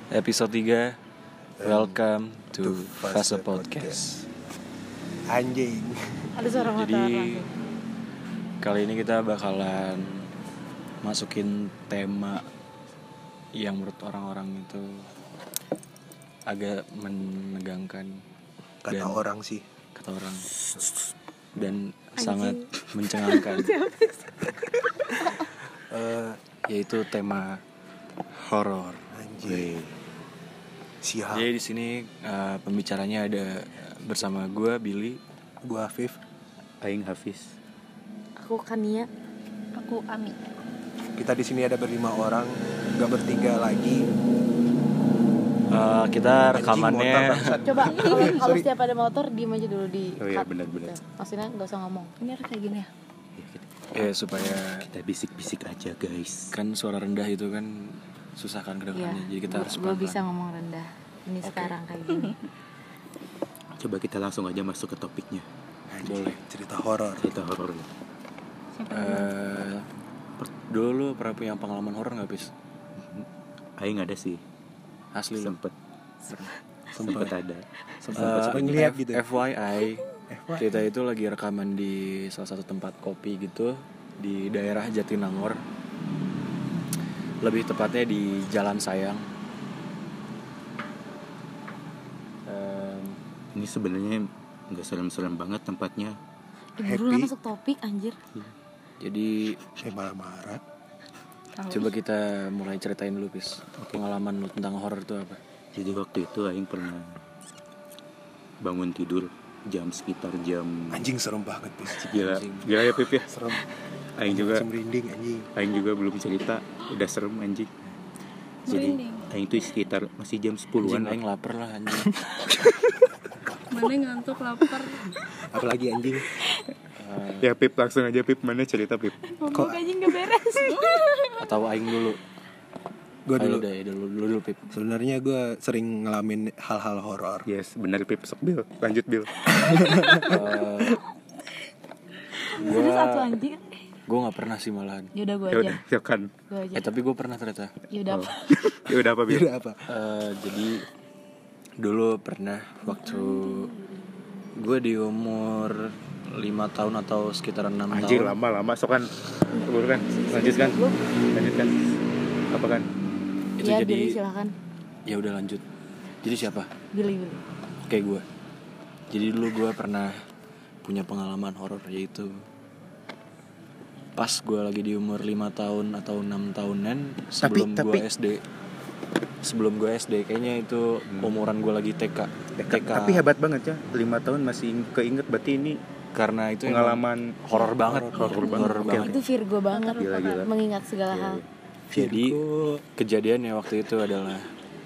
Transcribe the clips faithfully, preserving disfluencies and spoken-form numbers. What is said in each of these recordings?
Episode tiga. Welcome to Fase Podcast. Anjing. Ada suara motor. Jadi kali ini kita bakalan masukin tema yang menurut orang-orang itu agak menegangkan. Kata dan, orang sih. Kata orang. Dan Anjing. Sangat mencengangkan. uh, yaitu tema horor. Anjing. Siap. Jadi di sini uh, pembicaranya ada bersama gue Billy, gue Afif, Aing Hafiz, aku Kania, aku Ami. Kita di sini ada berlima orang, nggak bertiga lagi. Uh, kita rekamannya. Coba kalau kalau setiap ada motor diem aja dulu di. Oh iya benar-benar. Maksudnya nggak usah ngomong. Ini harus kayak gini ya? Ya supaya kita bisik-bisik aja guys. Kan suara rendah itu kan susah kan kedengarannya, ya, jadi kita gua, harus gue bisa ngomong rendah. Ini okay. Sekarang kayak gini. Coba kita langsung aja masuk ke topiknya. Boleh. Cerita horor. Cerita horor. Uh, dulu lu pernah punya pengalaman horor nggak, Pis? Aing ada sih. Asli sempet. Sempet ada. Sempet uh, ngeliat gitu. F Y I, kita itu lagi rekaman di salah satu tempat kopi gitu di daerah Jatinangor. Lebih tepatnya di Jalan Sayang. Um, Ini sebenarnya nggak serem-serem banget tempatnya. Buru masuk topik anjir. Jadi saya marah-marah. Coba kita mulai ceritain dulu, Pis. Okay. Pengalaman lu tentang horor itu apa? Jadi waktu itu Aing pernah bangun tidur jam sekitar jam. Anjing serem banget, Pis. Gila, gila ya Pip ya. Serem. Aing juga merinding anjing. Aing juga belum cerita, udah serem anjing. Jadi merinding. Aing tuh sekitar masih jam sepuluhan. Aing lapar lah anjing. Mana ngantuk lapar. Apalagi anjing. Uh, ya Pip langsung aja Pip, mana cerita Pip? Kok anjing gak beres? Atau Aing dulu? Gue dulu. Deh, dulu, dulu, dulu Pip. Sebenarnya gue sering ngalamin hal-hal horor. Yes, benar Pip. Sok Bil, lanjut Bil. uh, Gue satu anjir. Gue nggak pernah sih malahan. Yaudah gue aja. aja. Silakan. Eh tapi gue pernah ternyata. Yaudah. Oh. Yaudah apa Bil? Yaudah apa? Uh, jadi dulu pernah waktu gue di umur lima tahun atau sekitar enam tahun. Anjir lama-lama so kan. Kan lanjutkan. Lanjutkan. Apa kan? Itu ya, jadi Billy, silakan. Ya udah lanjut. Jadi siapa? Billy, Billy. Kayak gue. Jadi dulu gue pernah punya pengalaman horor, yaitu pas gue lagi di umur lima tahun atau enam tahunan sebelum gue S D. Sebelum gue S D kayaknya itu umuran gue lagi T K. T K. Tapi hebat banget ya, lima tahun masih keinget, berarti ini karena itu pengalaman horor banget, horor banget. Horor banget. Itu Virgo banget, gila, gila. Mengingat segala hal. Jadi kejadiannya waktu itu adalah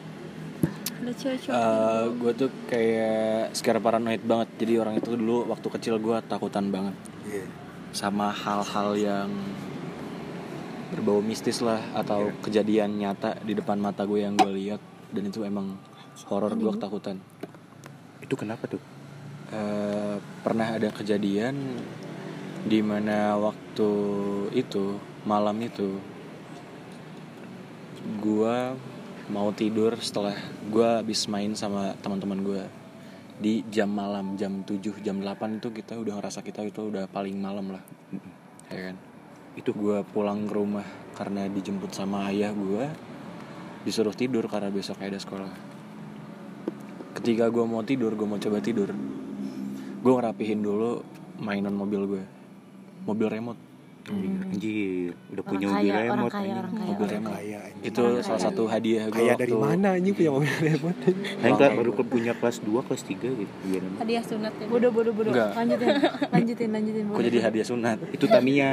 uh, gue tuh kayak scare paranoid banget. Jadi orang itu dulu waktu kecil gue takutan banget yeah. sama hal-hal yang berbau mistis lah, atau yeah. kejadian nyata di depan mata gue yang gue lihat, dan itu emang horor. Gue ketakutan. Itu kenapa tuh? Uh, pernah ada kejadian di mana waktu itu malam itu gue mau tidur setelah gue habis main sama teman-teman gue di jam malam, jam tujuh, jam delapan itu kita udah ngerasa kita itu udah paling malam lah, ya kan? Itu gue pulang ke rumah karena dijemput sama ayah gue, disuruh tidur karena besok ada sekolah. Ketika gue mau tidur, gue mau coba tidur, gue ngerapihin dulu mainan mobil gue, mobil remote. Hmm. Anjir, udah orang punya kaya, mobil orang remote kaya, orang kaya, mobil orang remote kaya, itu orang salah kaya. satu hadiah gue. Kaya dari mana anjing punya mobil remote? Aing kan baru punya kelas dua, kelas tiga gitu. Hadiah sunat ya. Bodoh, bodoh, bodoh. Enggak. Lanjutin, lanjutin, lanjutin. Kok jadi hadiah sunat? Itu Tamiya.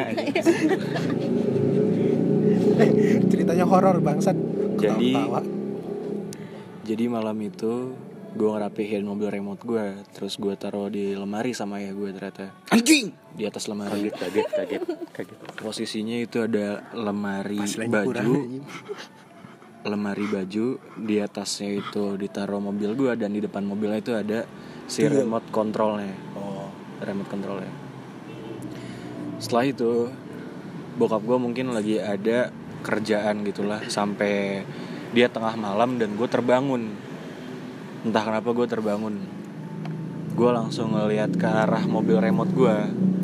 Ceritanya horor bangsat. Jadi Ketawa. Jadi malam itu gue ngerapihin mobil remote gue, terus gue taruh di lemari sama ya gue ternyata. Anjing. Di atas lemari. Kaget, kaget, kaget, kaget. Posisinya itu ada lemari baju, lemari baju, di atasnya itu ditaruh mobil gue, dan di depan mobilnya itu ada si remote controlnya. Oh, remote controlnya. Setelah itu bokap gue mungkin lagi ada kerjaan gitulah, sampai dia tengah malam dan gue terbangun. Entah kenapa gue terbangun. Gue langsung ngeliat ke arah mobil remote gue.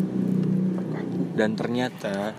Dan ternyata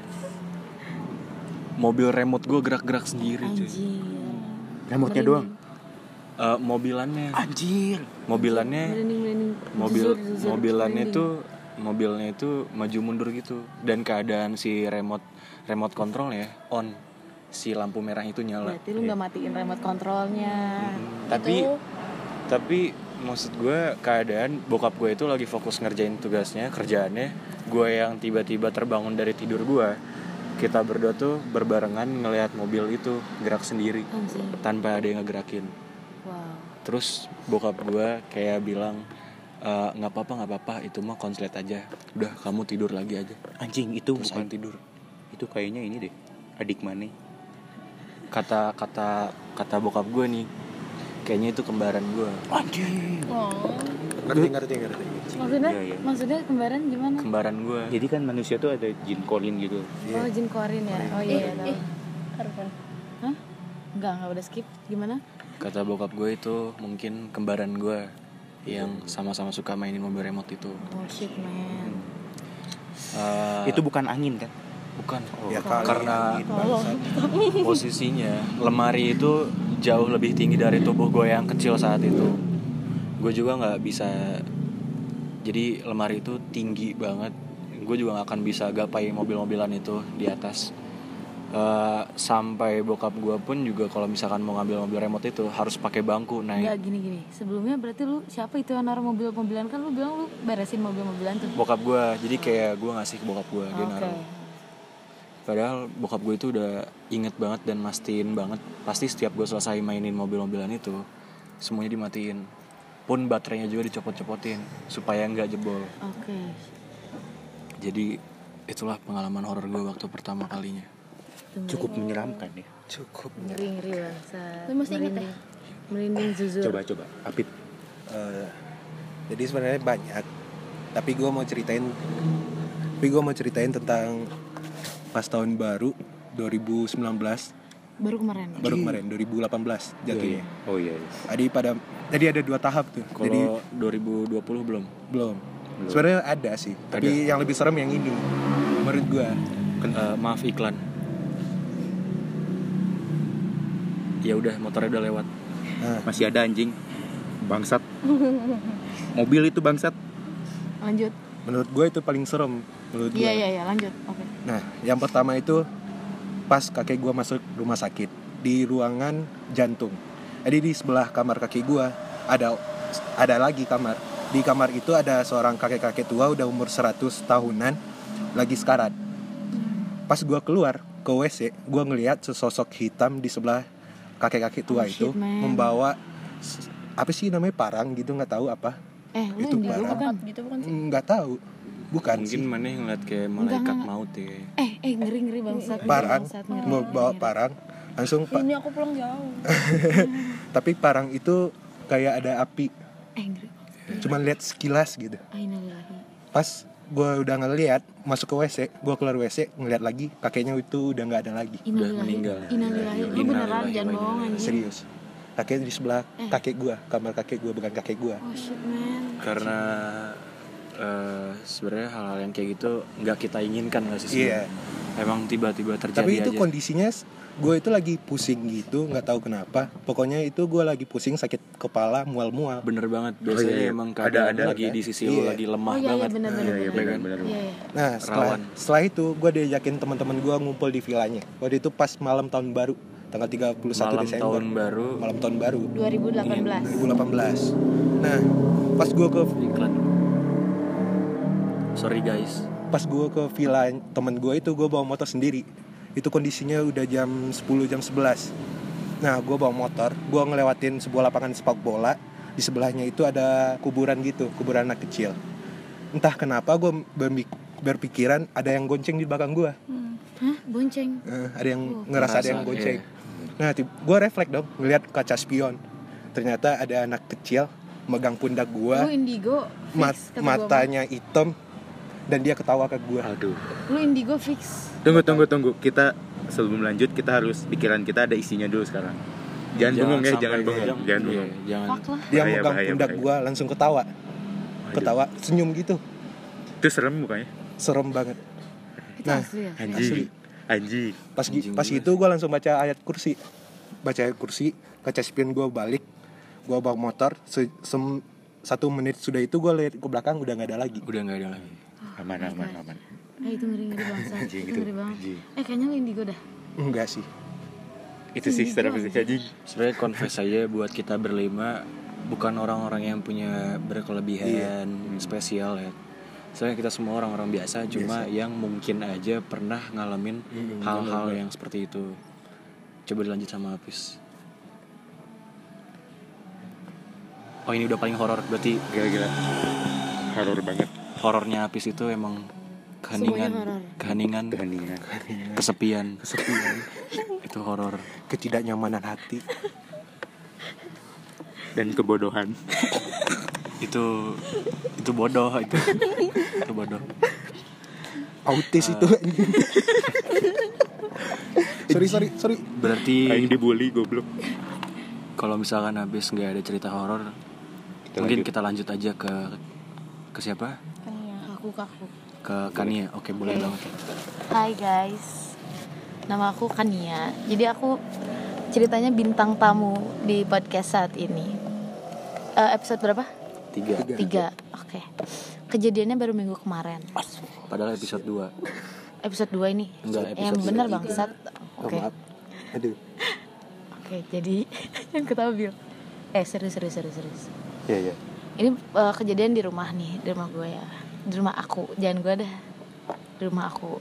mobil remote gue gerak-gerak sendiri cuy. Anjir. Remote-nya doang. Uh, mobilannya Anjir. mobilannya Merinding, merinding. mobil Jujur, jujur, mobilannya merinding. tuh mobilnya itu maju mundur gitu, dan keadaan si remote remote controlnya on, si lampu merah itu nyala. Berarti lu nggak matiin remote kontrolnya. tapi Itu tapi maksud gue keadaan bokap gue itu lagi fokus ngerjain tugasnya, kerjaannya, gue yang tiba-tiba terbangun dari tidur gue. Kita berdua tuh berbarengan ngelihat mobil itu gerak sendiri Anjir. tanpa ada yang ngegerakin. Wow. Terus bokap gue kayak bilang, "E, nggak apa-apa nggak apa-apa, itu mah konslet aja, udah kamu tidur lagi aja." Anjing itu Terus bukan aing tidur. Itu kayaknya ini deh. Adik Mane. Kata kata kata bokap gue nih, kayaknya itu kembaran gue. Anjing. oh Ngerti ngerti ngerti. Maksudnya, Iya, iya. maksudnya kembaran gimana? Kembaran gue. Jadi kan manusia tuh ada jin kolin gitu. Oh, jin korin ya. Oh iya, ih tahu. ih Arfan. Hah? Enggak, enggak udah skip. Gimana? Kata bokap gue itu mungkin kembaran gue yang sama-sama suka mainin mobil remote itu. Oh shit, man. Eh, Itu bukan angin kan? bukan. Ya kali. Karena angin, bangsat. posisinya lemari itu jauh lebih tinggi dari tubuh gue yang kecil saat itu. Gue juga nggak bisa. Jadi lemari itu tinggi banget. Gue juga nggak akan bisa gapai mobil-mobilan itu di atas. Uh, sampai bokap gue pun juga kalau misalkan mau ngambil mobil remote itu harus pakai bangku Enggak, naik. gini-gini. Sebelumnya berarti lu siapa itu yang naruh mobil-mobilan? Kan lu bilang lu beresin mobil-mobilan tuh. Bokap gue, jadi kayak gue ngasih ke bokap gue, dia Oke. naruh. Padahal bokap gue itu udah inget banget dan mastiin banget, pasti setiap gue selesai mainin mobil-mobilan itu semuanya dimatiin, pun baterainya juga dicopot-copotin supaya nggak jebol. Oke. Jadi itulah pengalaman horor gue waktu pertama kalinya. Cukup menyeramkan ya. Cukup. Ngeri-ngeri banget. Lu masih inget Merinding. Merinding jujur. Coba coba. Apit. Eh, jadi sebenarnya banyak, tapi gue mau ceritain tapi gue mau ceritain tentang pas tahun baru dua ribu sembilan belas, Baru kemarin. baru kemarin dua ribu delapan belas jatuhnya. Oh iya. iya. Jadi pada jadi ada dua tahap tuh. Jadi Kalau dua ribu dua puluh belum. belum. Sebenarnya ada sih, tapi yang lebih serem yang ini menurut gue. Eh, maaf iklan. Ya udah, motornya udah lewat. Nah, Masih ada anjing. Bangsat. Mobil itu bangsat. Lanjut. menurut gue itu paling serem menurut gue. Iya, iya, iya, lanjut. Oke. Nah, yang pertama itu pas kakek gue masuk rumah sakit di ruangan jantung. Jadi di sebelah kamar kakek gue ada ada lagi kamar. Di kamar itu ada seorang kakek-kakek tua udah umur seratus tahunan lagi sekarat. Pas gue keluar ke W C, gue ngelihat sesosok hitam di sebelah kakek-kakek tua Oh, itu shit, man. membawa s- apa sih namanya, parang gitu, nggak tahu apa. Eh, lu Itu indigo parah. bukan? gitu bukan sih? Nggak tahu. Bukan Mungkin sih. mana yang ngeliat kayak Enggak, malaikat enggak. maut ya. Eh, eh ngeri-ngeri bangsat. Parang Bangsat, ngeri, mau ngeri, bawa ngeri. parang langsung pak. Ini aku pulang jauh. Tapi parang itu kayak ada api. Eh, ngeri. Cuman lihat sekilas gitu. Ainilahi. Pas gue udah ngeliat masuk ke W C, gue keluar W C ngeliat lagi kakeknya itu udah nggak ada lagi. Innalillahi. meninggal. Innalillahi. Lu Innalillahi beneran wa jangan inna bohong ilaihi anjing. Serius. Kakek di sebelah Eh. kakek gue, kamar kakek gue, bukan kakek gue. Oh shit, man. Karena eh, sebenarnya hal-hal yang kayak gitu nggak kita inginkan nggak sih? Iya. sebenarnya? Emang tiba-tiba terjadi Tapi itu aja. kondisinya gue itu lagi pusing gitu, nggak tahu kenapa. Pokoknya itu gue lagi pusing, sakit kepala, mual-mual. Bener banget. Biasanya iya, iya. emang Ada- keadaan ada, lagi kan? di sisi lu Iya. lagi lemah Oh iya, iya, banget. benar-benar. Iya, iya, benar. benar-benar. Iya, iya. Nah setelah, Rawan. setelah itu gue diajakin teman-teman gue ngumpul di villanya. Waktu itu pas malam tahun baru, tanggal tiga puluh satu Malam Desember. tahun baru. Malam tahun baru dua ribu delapan belas. dua ribu delapan belas. Nah pas gue ke Iklan. Sorry guys. pas gue ke villa temen gue itu, gue bawa motor sendiri. Itu kondisinya udah jam sepuluh, jam sebelas. Nah gue bawa motor, gue ngelewatin sebuah lapangan sepak bola. Di sebelahnya itu ada kuburan gitu, kuburan anak kecil. Entah kenapa gue berpikiran ada yang gonceng di belakang gue. Hah? Bonceng? Eh, ada yang Oh. ngerasa ada yang Ngerasa, gonceng. iya. Nah gue refleks dong ngeliat kaca spion. Ternyata ada anak kecil megang pundak gue, Lu indigo fix, mat- kata gua, matanya hitam, dan dia ketawa ke gue. Aduh. Bang. Lu indigo fix. Tunggu tunggu tunggu. Kita sebelum lanjut kita harus pikiran kita ada isinya dulu sekarang. Jangan bengong ya, sampai jangan bengong, begadang. jangan Iya, bengong. jangan. Fuck lah. Dia Bahaya, megang bahaya, pundak bahaya. gue langsung ketawa. Ketawa, senyum gitu. Itu serem mukanya. Serem banget. Itu Nah, asli ya. Anjing. Asli. Anjing. Pas gi- Anjing pas juga itu gue langsung baca ayat kursi. Baca ayat kursi, kaca spion gue balik. Gue bawa motor, se- sem- satu menit sudah itu gue lihat ke belakang udah nggak ada lagi. Udah nggak ada lagi. Aman, aman, aman. Eh itu ngeri ngeri bangsa. Anjing Itu itu, ngeri banget. anjing. Eh kayaknya lu indigo dah. Enggak sih. Itu sih serem sih anjing. Sebenarnya confess aja buat kita berlima bukan orang-orang yang punya berkelebihan spesial ya. Soalnya kita semua orang-orang biasa, cuma Biasa. yang mungkin aja pernah ngalamin Hmm, hal-hal bener-bener. yang seperti itu. Coba dilanjut sama Apis. Oh ini udah paling horor, berarti Gila-gila. Horor banget. horornya Apis itu emang keheningan, Semuanya horor. keheningan, Keheningan. kesepian, Kesepian, itu horor. ketidaknyamanan hati. Dan kebodohan. Itu itu bodoh itu. Itu bodoh. Autis itu. sorry sorry sorry. Berarti Aing dibully goblok. kalau misalkan habis nggak ada cerita horor, Kita mungkin lanjut. kita lanjut aja ke ke siapa? Kan ya. Aku kaku. Ke Kania. Oke, boleh Oke. banget. Hai guys. Nama aku Kania. Jadi aku ceritanya bintang tamu di podcast saat ini. Eh, episode berapa? Tiga. Tiga. Oke. Kejadiannya baru minggu kemarin. Padahal episode dua. Episode dua ini. Enggak, Yang episode bener tiga. bangsat. Oh, Oke. maaf. Aduh. Oke, jadi yang ketawa Bil. Eh, serius serius serius serius. Iya, iya. Ini eh, kejadian di rumah nih, di rumah gue ya. Di rumah aku, jangan gue dah. Di rumah aku.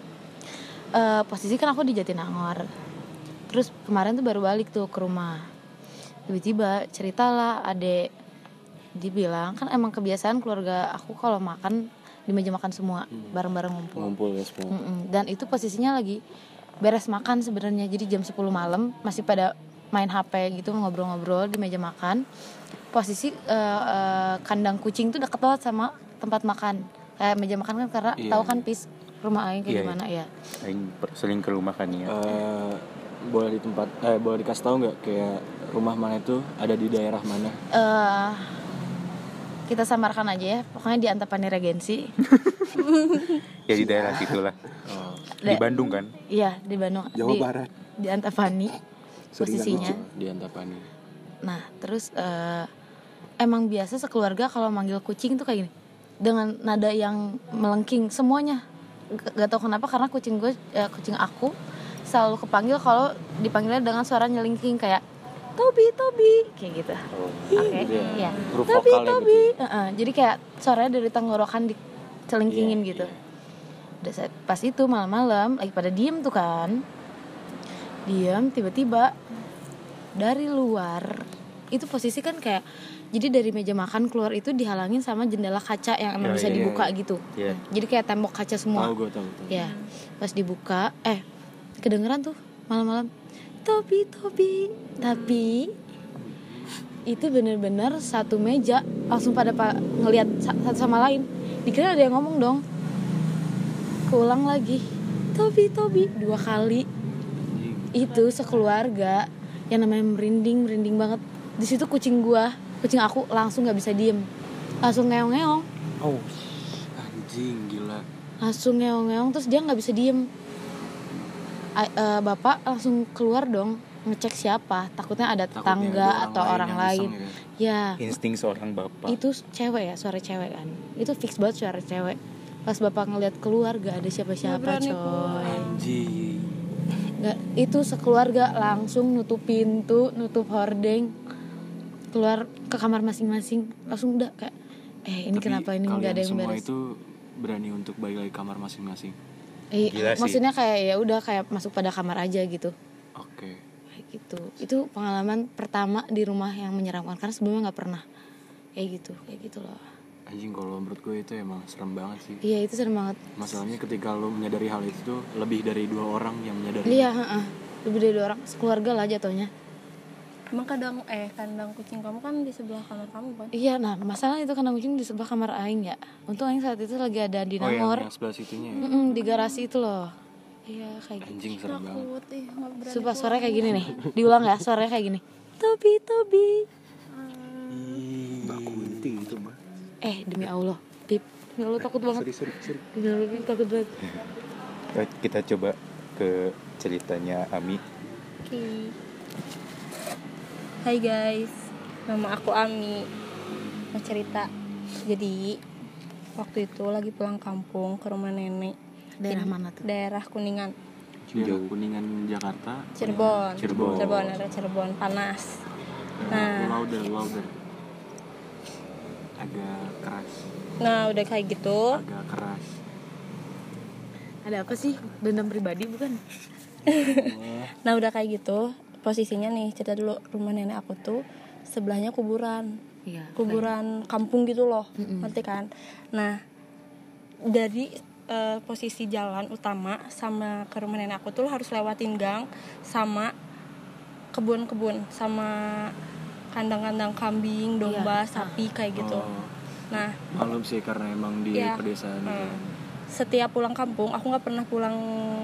Eh, posisi kan aku di Jatinangor. Terus kemarin tuh baru balik tuh ke rumah. Tiba-tiba ceritalah adek, dibilang kan emang kebiasaan keluarga aku kalau makan di meja makan semua bareng-bareng ngumpul. Ngumpul ya semua. Mm-mm. Dan itu posisinya lagi beres makan sebenarnya, jadi jam sepuluh malam masih pada main H P gitu, ngobrol-ngobrol di meja makan. Posisi uh, uh, kandang kucing tuh deket banget sama tempat makan, kayak meja makan kan, karena Iya. tahu kan Pis rumah Aing kayak Iya, gimana ya. Aing per- sering ke rumah kan ya. Eh, boleh di tempat eh boleh dikasih tahu nggak kayak rumah mana itu ada di daerah mana? Eh, kita samarkan aja ya, pokoknya di Antapani Regensi. Ya di daerah situ lah. Oh, Di Da- Bandung kan? Iya di Bandung. Jawa di, Barat. Di Antapani posisinya. di Antapani. Nah terus eh, emang biasa sekeluarga kalau manggil kucing tuh kayak gini, dengan nada yang melengking semuanya. G- Gak tau kenapa, karena kucing gue, eh, kucing aku selalu kepanggil kalau dipanggilnya dengan suara nyelingking kayak Tobi Tobi kayak gitu. Oke, gitu ya. iya. Huruf Tobi vokal ya Tobi. Heeh, jadi kayak suaranya dari tenggorokan dicelingkingin Iya, gitu. iya. Udah saat- pas itu malam-malam lagi pada diem tuh kan, diem tiba-tiba dari luar itu posisi kan kayak, jadi dari meja makan keluar itu dihalangin sama jendela kaca yang emang Ya, bisa iya, dibuka iya. gitu. Iya. Jadi kayak tembok kaca semua. Tahu gue tahu tahu. Ya, pas dibuka, eh kedengeran tuh malam-malam Tobi Tobi, tapi itu bener-bener satu meja langsung pada pa- ngelihat sa- satu sama lain. Dikira ada yang ngomong dong. Keulang lagi Tobi Tobi dua kali. Itu sekeluarga yang namanya merinding merinding banget. Di situ kucing gua, kucing aku langsung nggak bisa diem, langsung ngeong-ngeong, Oh, anjing gila. langsung ngeong-ngeong terus dia nggak bisa diem. A- eh, bapak langsung keluar dong ngecek siapa, takutnya ada Takutnya tetangga ada atau orang yang lain. iseng Ya, Insting seorang bapak. itu cewek ya, suara cewek kan. Itu fix banget suara cewek. Pas bapak ngeliat keluar gak ada siapa-siapa, Nggak berani coy. Anjing. Nggak, itu sekeluarga langsung nutup pintu, nutup hordeng, keluar ke kamar masing-masing, langsung udah kayak, eh ini Tapi kenapa ini nggak kalian ada yang semua beres? itu berani untuk balik lagi kamar masing-masing. Eh, Gila sih. maksudnya kayak ya udah kayak masuk pada kamar aja gitu. Oke. Kayak gitu. Itu pengalaman pertama di rumah yang menyeramkan, karena sebelumnya nggak pernah kayak gitu, kayak gitu loh. Anjing, kalau menurut gue itu emang serem banget sih. Iya itu serem banget. Masalahnya ketika lo menyadari hal itu tuh lebih dari dua orang yang menyadari. Iya, heeh. Lebih dari dua orang, sekeluarga lah jatuhnya. Emang kadang eh kandang kucing kamu kan di sebelah kamar kamu kan? Iya, nah masalah itu kandang kucing di sebelah kamar Aing ya. Untung Aing saat itu lagi ada di Oh, yang, Nangor. yang sebelah situnya ya. Mm-mm, di garasi itu loh. Iya kayak gitu. Anjing serem banget. Takut ih, nggak berani Sumpah pulang. suaranya kayak gini nih. Diulang ya, suaranya kayak gini. Tobi Tobi. Mbak Kunti itu mah. Eh demi Allah, Pip. Demi Allah takut banget. Sorry sorry sorry. Demi Allah Pip takut banget. Eh, Kita coba ke ceritanya Ami. Oke. Hai guys, nama aku Ami. Mau cerita. Jadi waktu itu lagi pulang kampung ke rumah nenek. Daerah Di mana tuh? Daerah Kuningan, Daerah Kuningan Jakarta. Cirebon. Cirebon. Cirebon, ada Cirebon panas. Nah, Louder, louder. Agak keras, nah udah kayak gitu. agak keras. Ada apa sih? Dendam pribadi bukan? Nah udah kayak gitu. Posisinya nih cerita dulu, rumah nenek aku tuh sebelahnya kuburan. Iya. Kuburan kampung gitu loh, Mm-mm. ngerti kan? Nah dari eh, posisi jalan utama sama ke rumah nenek aku tuh harus lewatin gang sama kebun-kebun sama kandang-kandang kambing, domba, Iya. sapi kayak gitu. Oh, Nah malum sih karena emang di Iya. pedesaan. Hmm. setiap pulang kampung aku nggak pernah pulang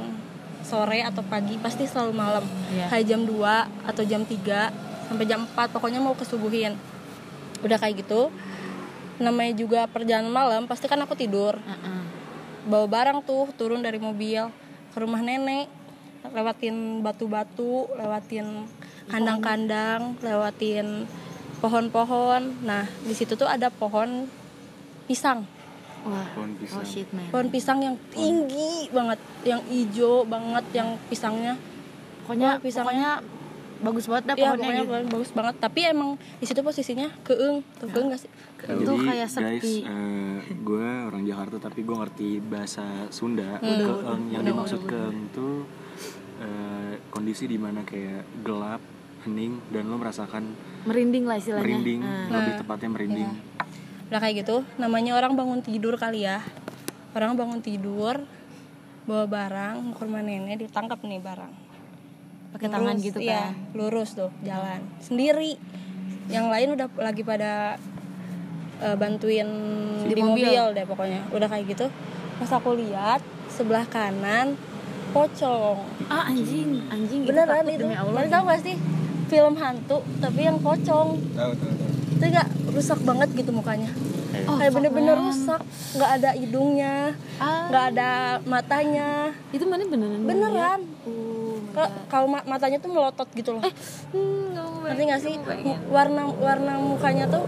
sore atau pagi, pasti selalu malam. Iya. Kayak jam dua atau jam tiga sampai jam empat, pokoknya mau kesubuhin. Udah kayak gitu, namanya juga perjalanan malam, pasti kan aku tidur. Heeh. Bawa barang tuh, turun dari mobil ke rumah nenek, lewatin batu-batu, lewatin kandang-kandang, lewatin pohon-pohon. Nah di situ tuh ada pohon pisang, Wah. Pohon pisang. Oh shit man. pohon pisang yang tinggi banget, yang hijau banget, yang pisangnya. Pokoknya Wah, pisangnya pokoknya bagus banget dah Iya pohonnya pokoknya gitu. bagus banget. Tapi emang di situ posisinya keeng, tuh keeng nggak sih? Itu kayak sepi. guys, gue orang Jakarta tapi gue ngerti bahasa Sunda. Hmm. Keeng, yang Udah, dimaksud udah, keeng tuh eh, kondisi dimana kayak gelap, hening, dan lo merasakan Merinding lah istilahnya. merinding, Nah. lebih Nah, tepatnya merinding. Udah kayak gitu, namanya orang bangun tidur kali ya. Orang bangun tidur, bawa barang ke rumah nenek, ditangkap nih barang. Pakai tangan Lurus, gitu iya, kan. lurus tuh jalan sendiri. Yang lain udah lagi pada eh, bantuin Di di, mobil. mobil. deh pokoknya. Udah kayak gitu, pas aku lihat sebelah kanan pocong. Ah anjing, anjing Beneran takut itu. demi Allah. Mana tahu gak sih film hantu tapi yang pocong? Tahu tahu tahu. Itu gak rusak banget gitu mukanya. Oh, Kayak bener-bener fuck, man. rusak, nggak ada hidungnya, Ah, nggak ada matanya. itu mana beneran? Beneran. Uh, Ka- Kalau ma- matanya tuh melotot gitu loh. hmm, nggak mau Ngerti nggak sih? nggak mau bayangin. Warna warna mukanya tuh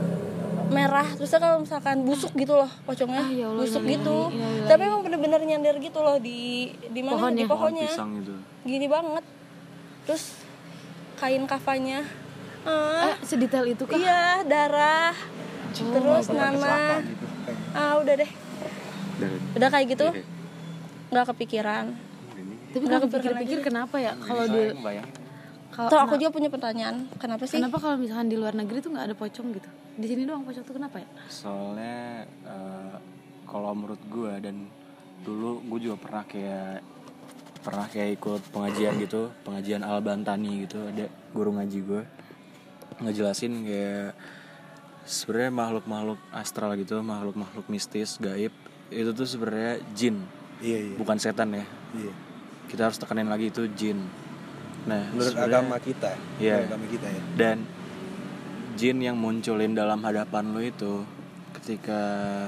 merah. Terusnya kalau misalkan busuk gitu loh pocongnya, Ah, ya Allah, busuk innalillahi, gitu. innalillahi. Tapi emang bener-bener nyender gitu loh di di mana Pohonnya. di Pohon pohonnya. pisang itu. Gini banget. Terus kain kafanya, ah, Eh, sedetail itu kah? iya darah. Terus Kecelakaan Nana, gitu. ah udah deh, Dan udah kayak gitu, Iya. nggak kepikiran. Tapi Nggak kalau kepikiran pikir-pikir kenapa ya kalau di kalau Tuh aku kena- juga punya pertanyaan, kenapa sih? kenapa kalau misalkan di luar negeri tuh nggak ada pocong gitu? Di sini doang pocong tuh kenapa ya? Soalnya eh, kalau menurut gue, dan dulu gue juga pernah kayak pernah kayak ikut pengajian gitu, pengajian Al-Bantani gitu, ada guru ngaji gue ngejelasin kayak sebenarnya makhluk-makhluk astral gitu, makhluk-makhluk mistis, gaib itu tuh sebenarnya jin, Iya iya. bukan setan ya. Iya. Kita harus tekanin lagi itu jin. Nah, Menurut sebenarnya- agama kita. Iya. Menurut agama kita ya. Dan jin yang munculin dalam hadapan lo itu, ketika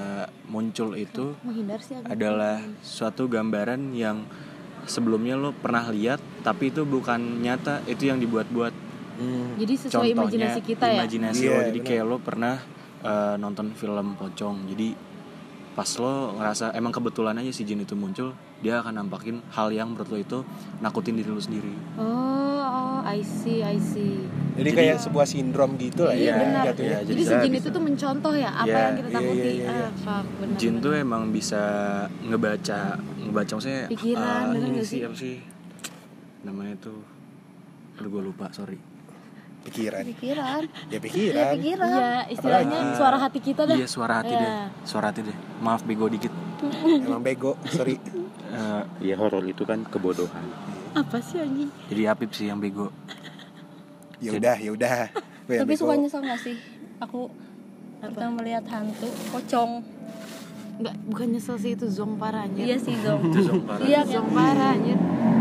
muncul itu Menghindar sih agak. adalah suatu gambaran yang sebelumnya lo pernah lihat, tapi itu bukan nyata, itu yang dibuat-buat. Hmm. Jadi sesuai Contohnya imajinasi kita ya. imajinasi Iya, lo. Jadi benar. kayak lo pernah eh, nonton film pocong, jadi pas lo ngerasa emang kebetulan aja si jin itu muncul, dia akan nampakin hal yang menurut lo itu nakutin diri lo sendiri. Oh, oh, I see, I see. Jadi, Jadi- kayak sebuah sindrom gitu lah Iya ya. benar. jatuhnya. Iya, Jadi, jadi si bisa- jin bisa. itu tuh mencontoh ya apa Iya, yang kita iya, takuti. iya, iya, iya. Ah, fuck, benar. Jin benar. tuh emang bisa ngebaca ngebaca maksudnya Pikiran, eh, bener ini nggak sih sih? apa sih namanya tuh, aduh gue lupa, sorry. Pikiran. Pikiran, Ya ya pikiran. pikiran. Iya, istilahnya Apalagi- suara hati kita dah. Iya, suara hati Iya. deh, suara hati deh, maaf bego dikit. Emang bego. Sorry. Eh, ya horor itu kan kebodohan. Apa sih anjing? jadi Apip sih yang bego. Ya udah, ya udah. Gua yang Tapi bego. suka nyesel gak sih? Aku pernah melihat hantu pocong. Enggak, bukan nyesel sih, itu zong parah anjir. Iya sih Zong. Itu zong parah. Iya Zong parah anjir.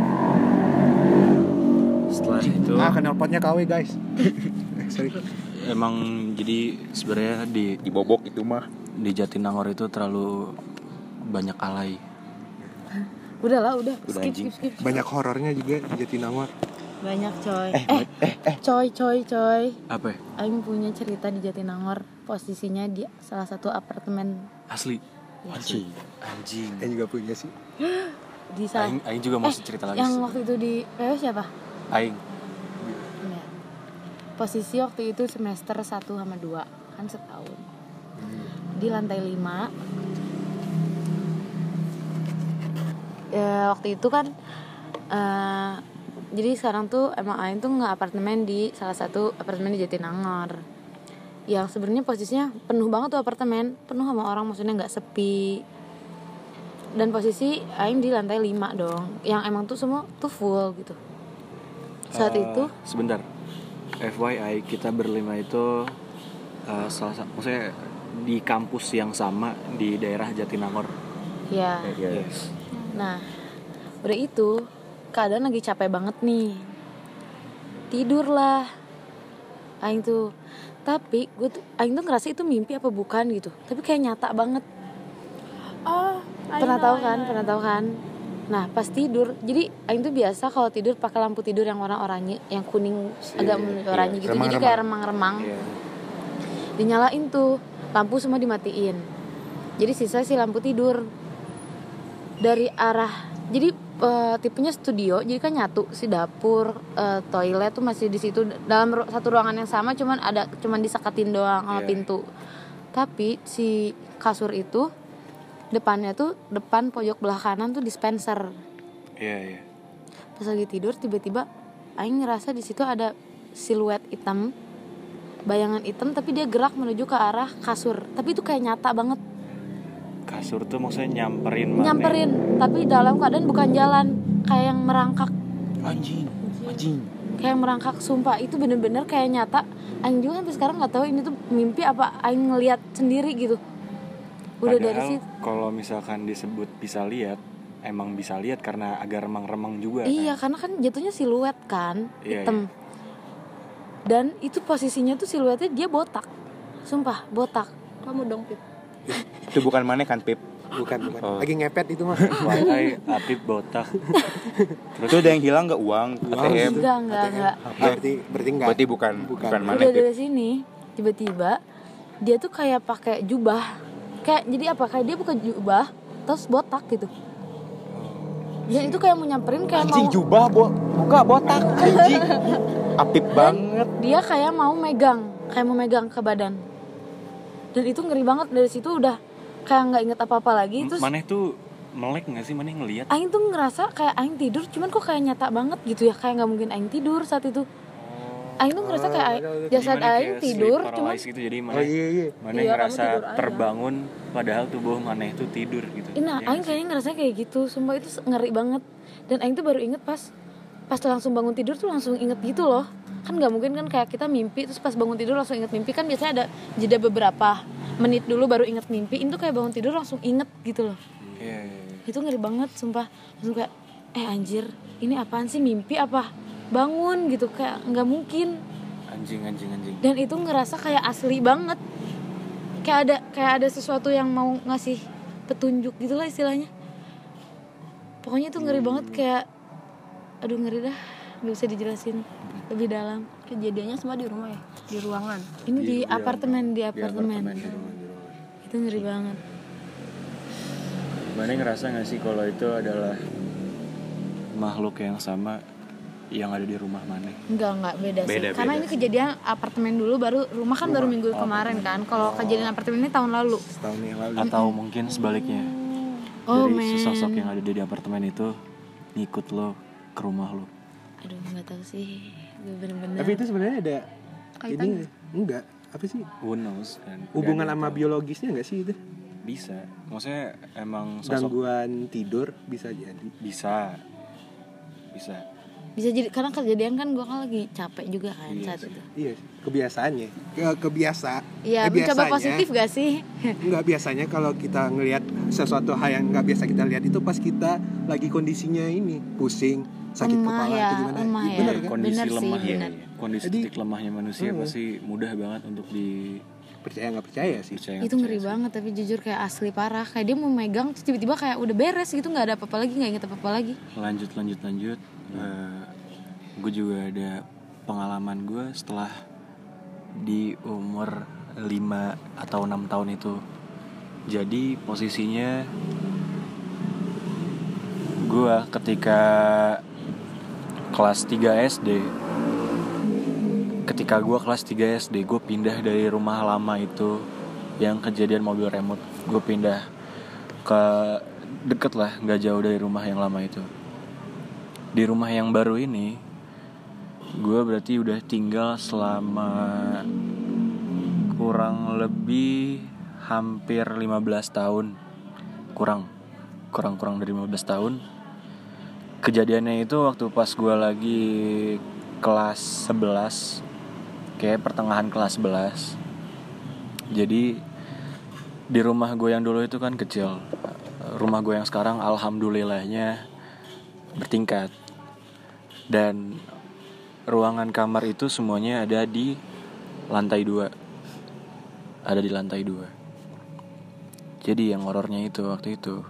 Setelah itu Ah, knalpotnya K W guys. Sorry. emang jadi sebenarnya di Dibobok itu mah. di Jatinangor itu terlalu banyak alay. Udah lah, udah. Udah, skip, anjing. skip, skip. Banyak horornya juga di Jatinangor. Banyak coy. Eh, Eh, eh, eh. coy, coy, coy. Apa ya? Aing punya cerita di Jatinangor. Posisinya di salah satu apartemen Asli. Anjing. Anjing. Saya juga punya sih. di salah. Aing, Aing juga mau Eh, cerita lagi. Yang sih. waktu itu di P W siapa? Aing. Enggak. Posisi waktu itu semester satu sama dua, kan setahun. Di lantai lima. Ya, waktu itu kan eh, jadi sekarang tuh emang Aing tuh nggak apartemen di salah satu apartemen di Jatinangor. Yang sebenarnya posisinya penuh banget tuh apartemen, penuh sama orang, maksudnya nggak sepi. Dan posisi Aing di lantai lima dong, yang emang tuh semua tuh full gitu. Saat Eh, itu sebentar. F Y I kita berlima itu eh, salah satu, maksudnya di kampus yang sama di daerah Jatinangor. ya. Iya. Yes. Nah, udah itu keadaan lagi capek banget nih. Tidur lah Aing tuh. Tapi gue tuh Aing tuh ngerasa itu mimpi apa bukan gitu. Tapi kayak nyata banget. Oh, Pernah tahu kan? Pernah tahu kan? Nah, pas tidur, jadi Aing tuh biasa kalau tidur pakai lampu tidur yang warna oranye, yang kuning agak Iya, oranye gitu. Jadi remang-remang. kayak remang-remang. Iya. Dinyalain tuh, lampu semua dimatiin. Jadi sisa si lampu tidur. Dari arah, jadi eh, tipenya studio, jadi kan nyatu si dapur, eh, toilet tuh masih di situ dalam ru- satu ruangan yang sama, cuman ada cuman disekatin doang sama Iya. pintu. Tapi si kasur itu depannya tuh depan pojok belah kanan tuh dispenser. Iya, iya. Pas lagi tidur tiba-tiba Aing ngerasa di situ ada siluet hitam, bayangan hitam, tapi dia gerak menuju ke arah kasur. Tapi itu kayak nyata banget. Kasur tuh maksudnya nyamperin mana? Nyamperin, tapi dalam keadaan bukan jalan, kayak yang merangkak, Anjing. Anjing. kayak yang merangkak. Sumpah itu bener-bener kayak nyata. Aing juga sampai sekarang nggak tahu ini tuh mimpi apa Aing ngelihat sendiri gitu. Udah dari Padahal situ. kalau misalkan disebut bisa lihat, emang bisa lihat karena agak remang-remang juga. Iya, kan? karena kan jatuhnya siluet kan, Iya, hitam. Dan itu posisinya tuh siluetnya dia botak. Sumpah, botak. Kamu dong, Pip. Itu bukan mana kan, Pip? Bukan, bukan. Oh. Lagi ngepet itu mah. Wahai Apip botak. Terus itu ada yang hilang nggak uang, A T M? Enggak, enggak, enggak. Berarti berarti enggak. Berarti bukan Bukan. bukan, mana, Udah Pip? dari sini, tiba-tiba dia tuh kayak pakai jubah. Kayak jadi apa? Kayak dia buka jubah, terus botak gitu. Dan itu kayak mau nyamperin, kayak Anjing mau jubah, bo buka botak. Anjing. Apip banget. dia kayak mau megang, kayak mau megang ke badan. Dan itu ngeri banget. Dari situ udah kayak nggak inget apa-apa lagi. Terus Maneh tuh melek nggak sih? Maneh ngelihat? Aing tuh ngerasa kayak Aing tidur, cuman kok kayak nyata banget gitu ya, kayak nggak mungkin Aing tidur saat itu. Aing tuh ngerasa kayak Aing, jasad Aing tidur, cuman gitu, jadi Oh Maneh iya iya. Maneh Iya, kamu ngerasa tidur aja. terbangun padahal tubuh Maneh tuh tidur gitu. nah Iya Aing nggak sih? kayaknya ngerasa kayak gitu. Sumpah itu ngeri banget. Dan Aing tuh baru inget pas pas langsung bangun tidur tuh langsung inget gitu loh. Kan nggak mungkin kan kayak kita mimpi terus pas bangun tidur langsung inget mimpi, kan biasanya ada jeda beberapa menit dulu baru inget mimpi. Ini tuh kayak bangun tidur langsung inget gitu loh. Iya, iya, iya. Itu ngeri banget sumpah. Langsung kayak eh anjir, ini apaan sih, mimpi apa bangun gitu, kayak nggak mungkin. Anjing, anjing, anjing. Dan itu ngerasa kayak asli banget, kayak ada kayak ada sesuatu yang mau ngasih petunjuk gitulah istilahnya. Pokoknya itu ngeri banget, kayak aduh ngeri dah, nggak bisa dijelasin lebih dalam. Kejadiannya semua di rumah ya, di ruangan. Ini di, Di- di apartemen di Di apartemen, apartemen, di rumah, di rumah. itu ngeri banget. Maneh ngerasa nggak sih kalau itu adalah makhluk yang sama yang ada di rumah Maneh? Enggak, enggak beda, sih. Beda, Karena beda ini kejadian apartemen dulu, baru rumah kan baru minggu kemarin kan. Kalau kejadian apartemen ini tahun lalu. Setahun yang lalu. Atau mungkin sebaliknya, Oh dari men. sesosok yang ada di apartemen itu ngikut lo ke rumah lo. Aduh nggak tahu sih. Gue bener-bener. Tapi itu sebenarnya ada Kaitan ini enggak apa sih? Who knows kan? Nggak Hubungan ada yang sama tahu. biologisnya enggak sih itu? Bisa, maksudnya emang sosok Gangguan tidur bisa jadi. bisa, bisa. Bisa jadi karena kejadian kan gue kan lagi capek juga kan Iya saat sih. itu. Iya, kebiasaannya. Ke- kebiasa. Iya, eh, mencoba biasanya- positif gak sih? Nggak biasanya kalau kita ngelihat sesuatu hal yang nggak biasa kita lihat itu pas kita lagi kondisinya ini pusing, sakit Lemah kepala ya, atau gimana. lemah Iya, ya. bener kan? Kondisi Bener sih, lemah ya. bener. Kondisi Jadi- titik lemahnya manusia Hmm. pasti mudah banget untuk di Percaya nggak percaya sih. percaya. Itu ngeri banget tapi jujur kayak asli parah. Kayak dia mau megang terus tiba-tiba kayak udah beres gitu, nggak ada apa-apa lagi, nggak inget apa-apa lagi. Lanjut lanjut lanjut. Eh, gue juga ada pengalaman gue setelah di umur lima atau enam tahun itu. Jadi posisinya gue ketika kelas tiga S D. Ketika gue kelas tiga S D, gue pindah dari rumah lama itu yang kejadian mobil remote. Gue pindah ke deket lah, nggak jauh dari rumah yang lama itu. Di rumah yang baru ini, gue berarti udah tinggal selama kurang lebih hampir lima belas tahun. Kurang, kurang-kurang dari lima belas tahun. Kejadiannya itu waktu pas gue lagi kelas sebelas, kayak pertengahan kelas sebelas. Jadi di rumah gue yang dulu itu kan kecil. Rumah gue yang sekarang alhamdulillahnya bertingkat. Dan ruangan kamar itu semuanya ada di lantai dua. Ada di lantai dua. Jadi yang horornya itu waktu itu,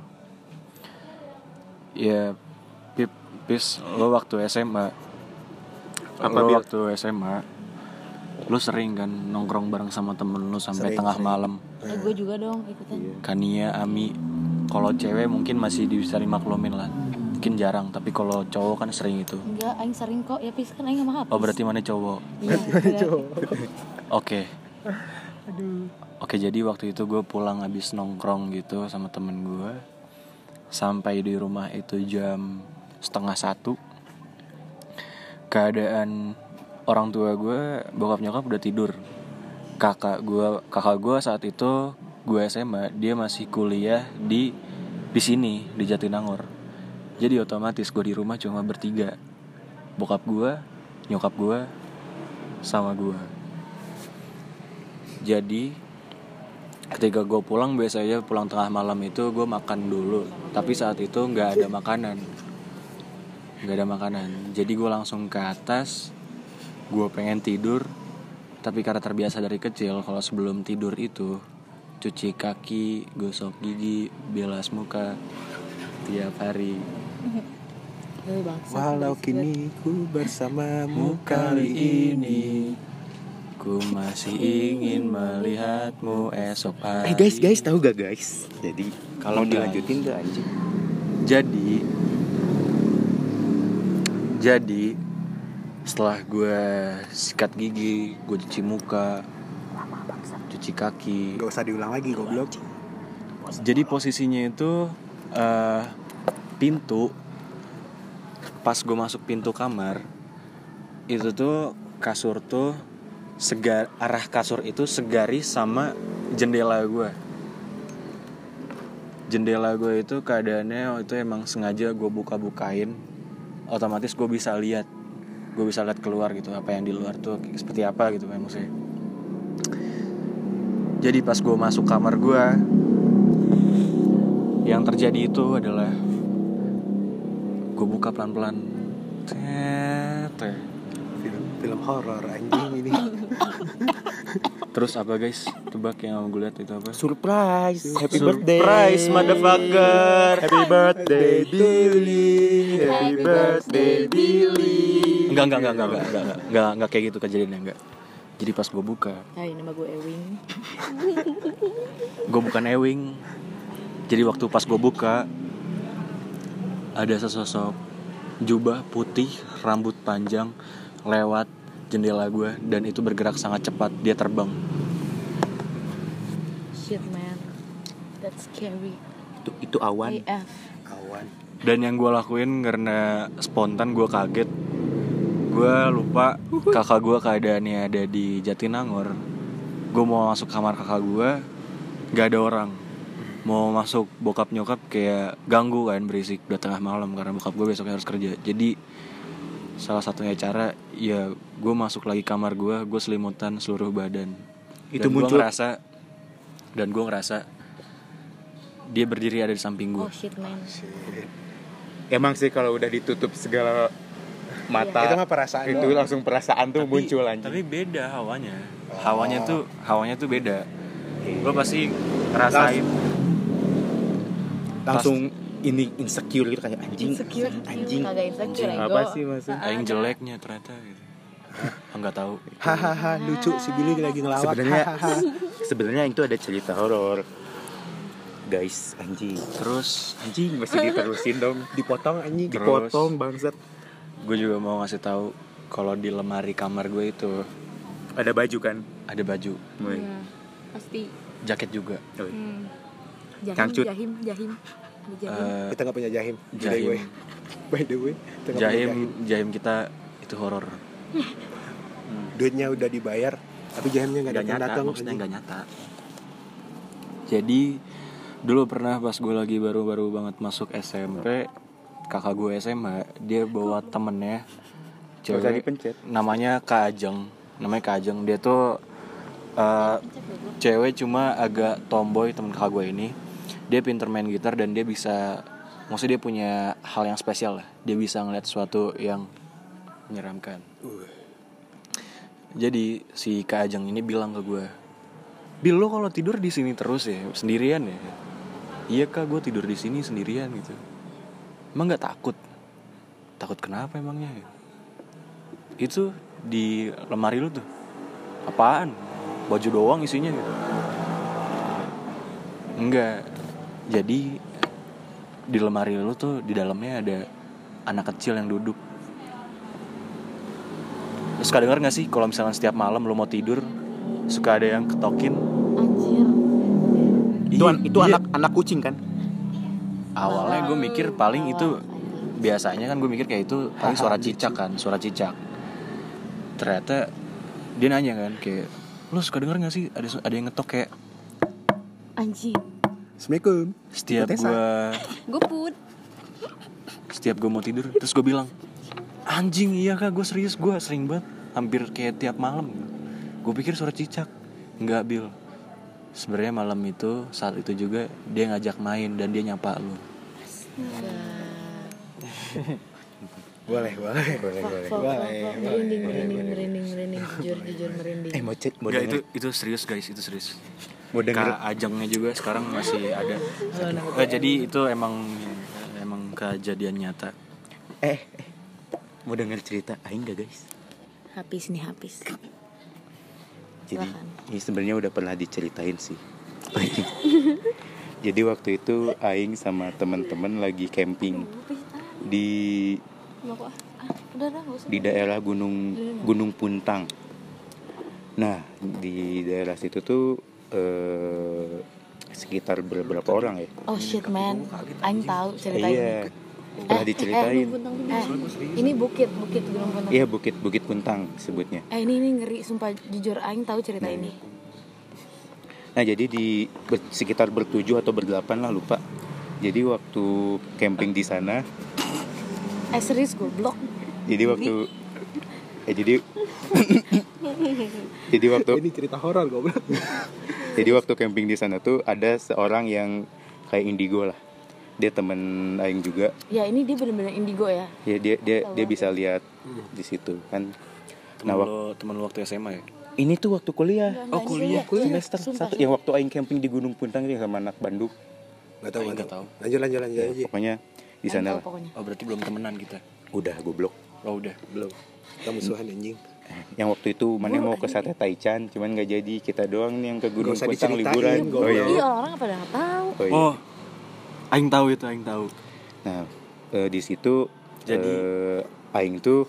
ya Pip, Pis, lo waktu S M A, Apa, lo Bil? waktu S M A, lo sering kan nongkrong bareng sama temen lo sampai Sering, tengah sering. malam. Eh, gue juga dong ikutan. Kania, Ami. Kalau cewek mungkin masih bisa dimaklumin lah, mungkin jarang. Tapi kalau cowok kan sering itu. Enggak, aing sering kok. Ya pis kan aing sama Hafiz. Oh berarti mana cowok? Iya, berarti. Oke. Oke, jadi waktu itu gue pulang habis nongkrong gitu sama temen gue. Sampai di rumah itu jam setengah satu. Keadaan orang tua gue, bokap nyokap udah tidur. Kakak gue, kakak gue saat itu gue S M A, dia masih kuliah di di sini di Jatinangor. Jadi otomatis gue di rumah cuma bertiga. Bokap gue, nyokap gue, sama gue. Jadi ketika gue pulang, biasanya pulang tengah malam itu gue makan dulu. Tapi saat itu gak ada makanan, Gak ada makanan. Jadi gue langsung ke atas. Gue pengen tidur, tapi karena terbiasa dari kecil, kalau sebelum tidur itu cuci kaki, gosok gigi, bilas muka tiap hari. Eh, bangsat. Walau kini ku bersamamu kali ini. Ku masih ingin melihatmu esok hari. Eh guys, guys tahu gak guys? Jadi Kalau kalau guys. dilanjutin gak anjing? Jadi Jadi setelah gue sikat gigi, gue cuci muka, cuci kaki. Gak usah diulang lagi goblok. Jadi posisinya itu uh, pintu, pas gue masuk pintu kamar, itu tuh kasur tuh segar, arah kasur itu segaris sama jendela gue. Jendela gue itu keadaannya itu emang sengaja gue buka-bukain, otomatis gue bisa lihat, gue bisa lihat keluar gitu, apa yang di luar tuh seperti apa gitu kan maksudnya. Jadi pas gue masuk kamar gue, yang terjadi itu adalah gue buka pelan-pelan. Tet. Film, film horor anjing ini. Terus apa guys? Tebak yang gue lihat itu apa? Surprise, happy Surprise, birthday, motherfucker. happy birthday Billy, happy birthday Billy. Enggak, enggak, enggak, enggak, enggak, enggak, enggak, enggak kayak gitu kejadiannya, enggak. Jadi pas gue buka, Hai, nama gue Ewing. gue bukan Ewing. Jadi waktu pas gue buka, ada sesosok jubah putih, rambut panjang lewat jendela gue, dan itu bergerak sangat cepat. Dia terbang. Shit man, that's scary. Itu itu awan. A F. Kawan. Dan yang gue lakuin karena spontan, gue kaget, gue lupa kakak gue keadaannya ada di Jatinangor. Gue mau masuk kamar kakak gue, gak ada orang. Mau masuk bokap nyokap kayak ganggu kan, berisik, udah tengah malam karena bokap gue besoknya harus kerja. Jadi salah satunya cara ya gue masuk lagi kamar gue, gue selimutan seluruh badan. Itu dan muncul- gue ngerasa dan gue ngerasa dia berdiri ada di samping gue. Oh shit man. Emang sih kalau udah ditutup segala mata Itu mah perasaan itu doang. langsung perasaan tuh muncul anjing. Tapi beda hawanya. Hawanya tuh hawanya tuh beda. Gue pasti ngerasain. Langsung ini insecure gitu kayak anjing. Insecure. Anjing. Kagak insecure, ego. Apa sih maksud? Aing jeleknya ternyata gitu. Enggak tahu. Hahaha lucu si Billy lagi ngelawak. Sebenarnya Hahaha. sebenarnya itu ada cerita horor. Guys, anjing. Terus Anjing masih diterusin dong. Dipotong anjing. Terus- Dipotong bangsat. gue juga mau ngasih tahu kalau di lemari kamar gue itu Ada baju kan? ada baju, Woi. Iya, pasti. jaket juga. Woi. Hmm. Jahim, Kangcut. jahim, jahim. Ada jahim. Eh, Kita nggak punya jahim. By the Jahim. way. By the way. Kita nggak punya jahim jahim kita itu horor. Duitnya udah dibayar, tapi jahimnya nggak Nggak datang nyata, datang. maksudnya nggak nyata. Jadi dulu pernah pas gue lagi baru-baru banget masuk S M P, kakak gue S M A, dia bawa temennya Nggak usah cewek dipencet. namanya Kak Ajeng. Namanya Kak Ajeng. Dia tuh eh, cewek cuma agak tomboy, temen kakak gue ini. Dia pinter main gitar dan dia bisa, maksudnya dia punya hal yang spesial lah. Dia bisa ngeliat sesuatu yang menyeramkan. Jadi si Kak Ajeng ini bilang ke gue, Bil, lo kalau tidur di sini terus ya, sendirian ya? Iya Kak, gue tidur di sini sendirian gitu. Emang nggak takut? Takut kenapa emangnya? Itu di lemari lu tuh apaan? Baju doang isinya gitu. Enggak. Jadi di lemari lu tuh di dalamnya ada anak kecil yang duduk. Lu suka denger gak sih kalau misalnya setiap malam lu mau tidur suka ada yang ketokin? Anjir. Itu Iya, an- itu iya. anak anak kucing kan? Awalnya gue mikir paling itu, biasanya kan gue mikir kayak itu paling suara cicak kan, suara cicak. Ternyata dia nanya kan kayak, lu suka denger gak sih ada ada yang ngetok kayak Anjing. Assalamualaikum. setiap Tessa. gue Goput. setiap gue mau tidur terus gue bilang, anjing iya Kak, gue serius, gue sering banget hampir kayak tiap malam. Gue pikir suara cicak. Enggak, Bil, sebenarnya malam itu saat itu juga dia ngajak main dan dia nyapa lu. Boleh, boleh, boleh, Fak, boleh. fak, Boleh. fak, fak. Merinding, merinding, merinding, merinding. Jujur, jujur merinding. Eh mau cek mau Enggak, itu denger itu serius guys, itu serius. mau denger Kak Ajengnya juga sekarang masih ada. Eh, jadi itu emang emang kejadian nyata. eh, eh mau denger cerita aing gak guys? Habis nih, habis. Jadi Silakan. ini sebenarnya udah pernah diceritain sih. Jadi waktu itu aing sama teman-teman lagi camping di Ah, udah, udah, nggak usah. di daerah Gunung Gunung Puntang. Nah, di daerah situ tuh eh, sekitar beberapa orang ya. Oh shit man, Aing tahu cerita Iya. ini. Pernah diceritain. Eh, ini bukit, bukit Gunung Puntang. Iya, Bukit Bukit Puntang sebutnya. Eh ini ini ngeri, sumpah jujur Aing tahu cerita ini. Nah, jadi di ber- sekitar bertujuh atau berdelapan lah lupa. Jadi waktu camping di sana, Eh serius goblok. jadi waktu eh jadi jadi waktu Ini cerita horor goblok. jadi waktu camping di sana tuh ada seorang yang kayak indigo lah. Dia temen aing juga. Ya ini dia bener-bener indigo ya. Ya dia dia dia bisa lihat di situ kan. Temen Nah, wak- lo temen lo waktu S M A ya? ini tuh waktu kuliah. Oh, kuliah. Semester Sumpah, satu yang waktu aing camping di Gunung Puntang itu sama anak Bandung. Nggak tahu, Aing nggak nggak tahu. tahu. Lanjut, lanjut, lanjut Ya, aja. pokoknya di Aing sana tahu lah. pokoknya. Oh, berarti belum temenan kita. Udah goblok. Oh, udah. Belum. Kita musuhan anjing. Yang waktu itu mana mau ke Sate Taichan, cuman nggak jadi. Kita doang nih yang ke Gunung Nggak usah Puntang diceritain, liburan. goblok. Oh iya. Iya orang pada nggak tahu. Oh, iya. Oh, aing tahu itu, aing tahu. Nah, eh, di situ Jadi- eh, aing tuh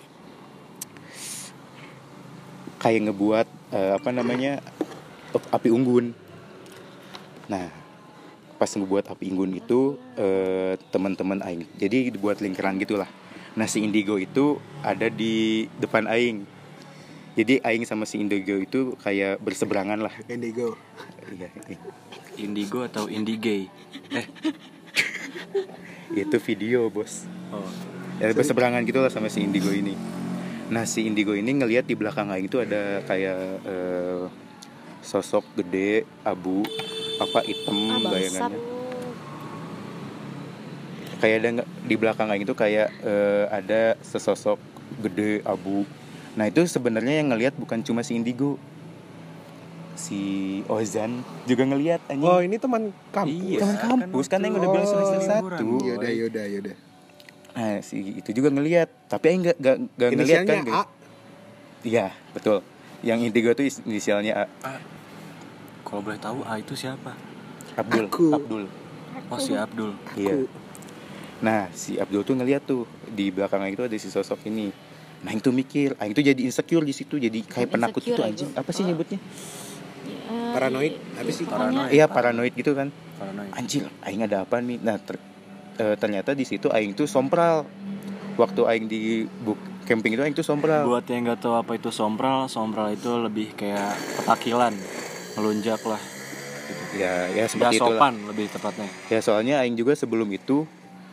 kayak ngebuat eh, apa namanya api unggun. Nah, pas ngebuat api unggun itu eh, teman-teman aing. Jadi dibuat lingkaran gitulah. Nah, si indigo itu ada di depan aing. Jadi aing sama si indigo itu kayak berseberangan lah. Indigo. Iya, iya. Indigo atau Indigay? Eh, Itu video, Bos. oh. Ya berseberangan gitu lah sama si indigo ini. Nah si indigo ini ngelihat di belakang aing itu ada kayak eh, sosok gede abu apa hitam Ah, bangsat. bayangannya. Kayak ada nggak- di belakang aing itu kayak eh, ada sesosok gede abu. Nah itu sebenarnya yang ngelihat bukan cuma si indigo, si Ozan juga ngelihat anjing. Oh, ini teman kampus. Iya. Teman kampus kan yang udah bilang semester satu. Yaudah, yaudah, yaudah. Nah si itu juga ngelihat, tapi aing nggak nggak nggak ngelihat kan? Inisialnya A. Iya betul. Yang indigo tuh is- inisialnya A. Kalau boleh tahu A itu siapa? Abdul. Aku. Abdul. Oh si Abdul. Iya. Nah si Abdul tuh ngeliat tuh di belakangnya itu ada si sosok ini. Nah itu mikir, Aing tuh jadi insecure di situ, jadi kayak penakut Insecure gitu ya, anjing. gua. Apa sih nyebutnya? Ya, Paranoid, apa sih? pokoknya- Paranoid. Iya paranoid gitu kan. Paranoid. Anjir, Aing ada apa nih? Nah ter- eh, ternyata di situ Aing tuh sompral. Waktu Aing di book camping itu Aing tuh sompral. Buat yang nggak tahu apa itu sompral, sompral itu lebih kayak petakilan, melunjak lah. Ya ya Nggak seperti itulah. sopan lebih tepatnya. Ya soalnya Aing juga sebelum itu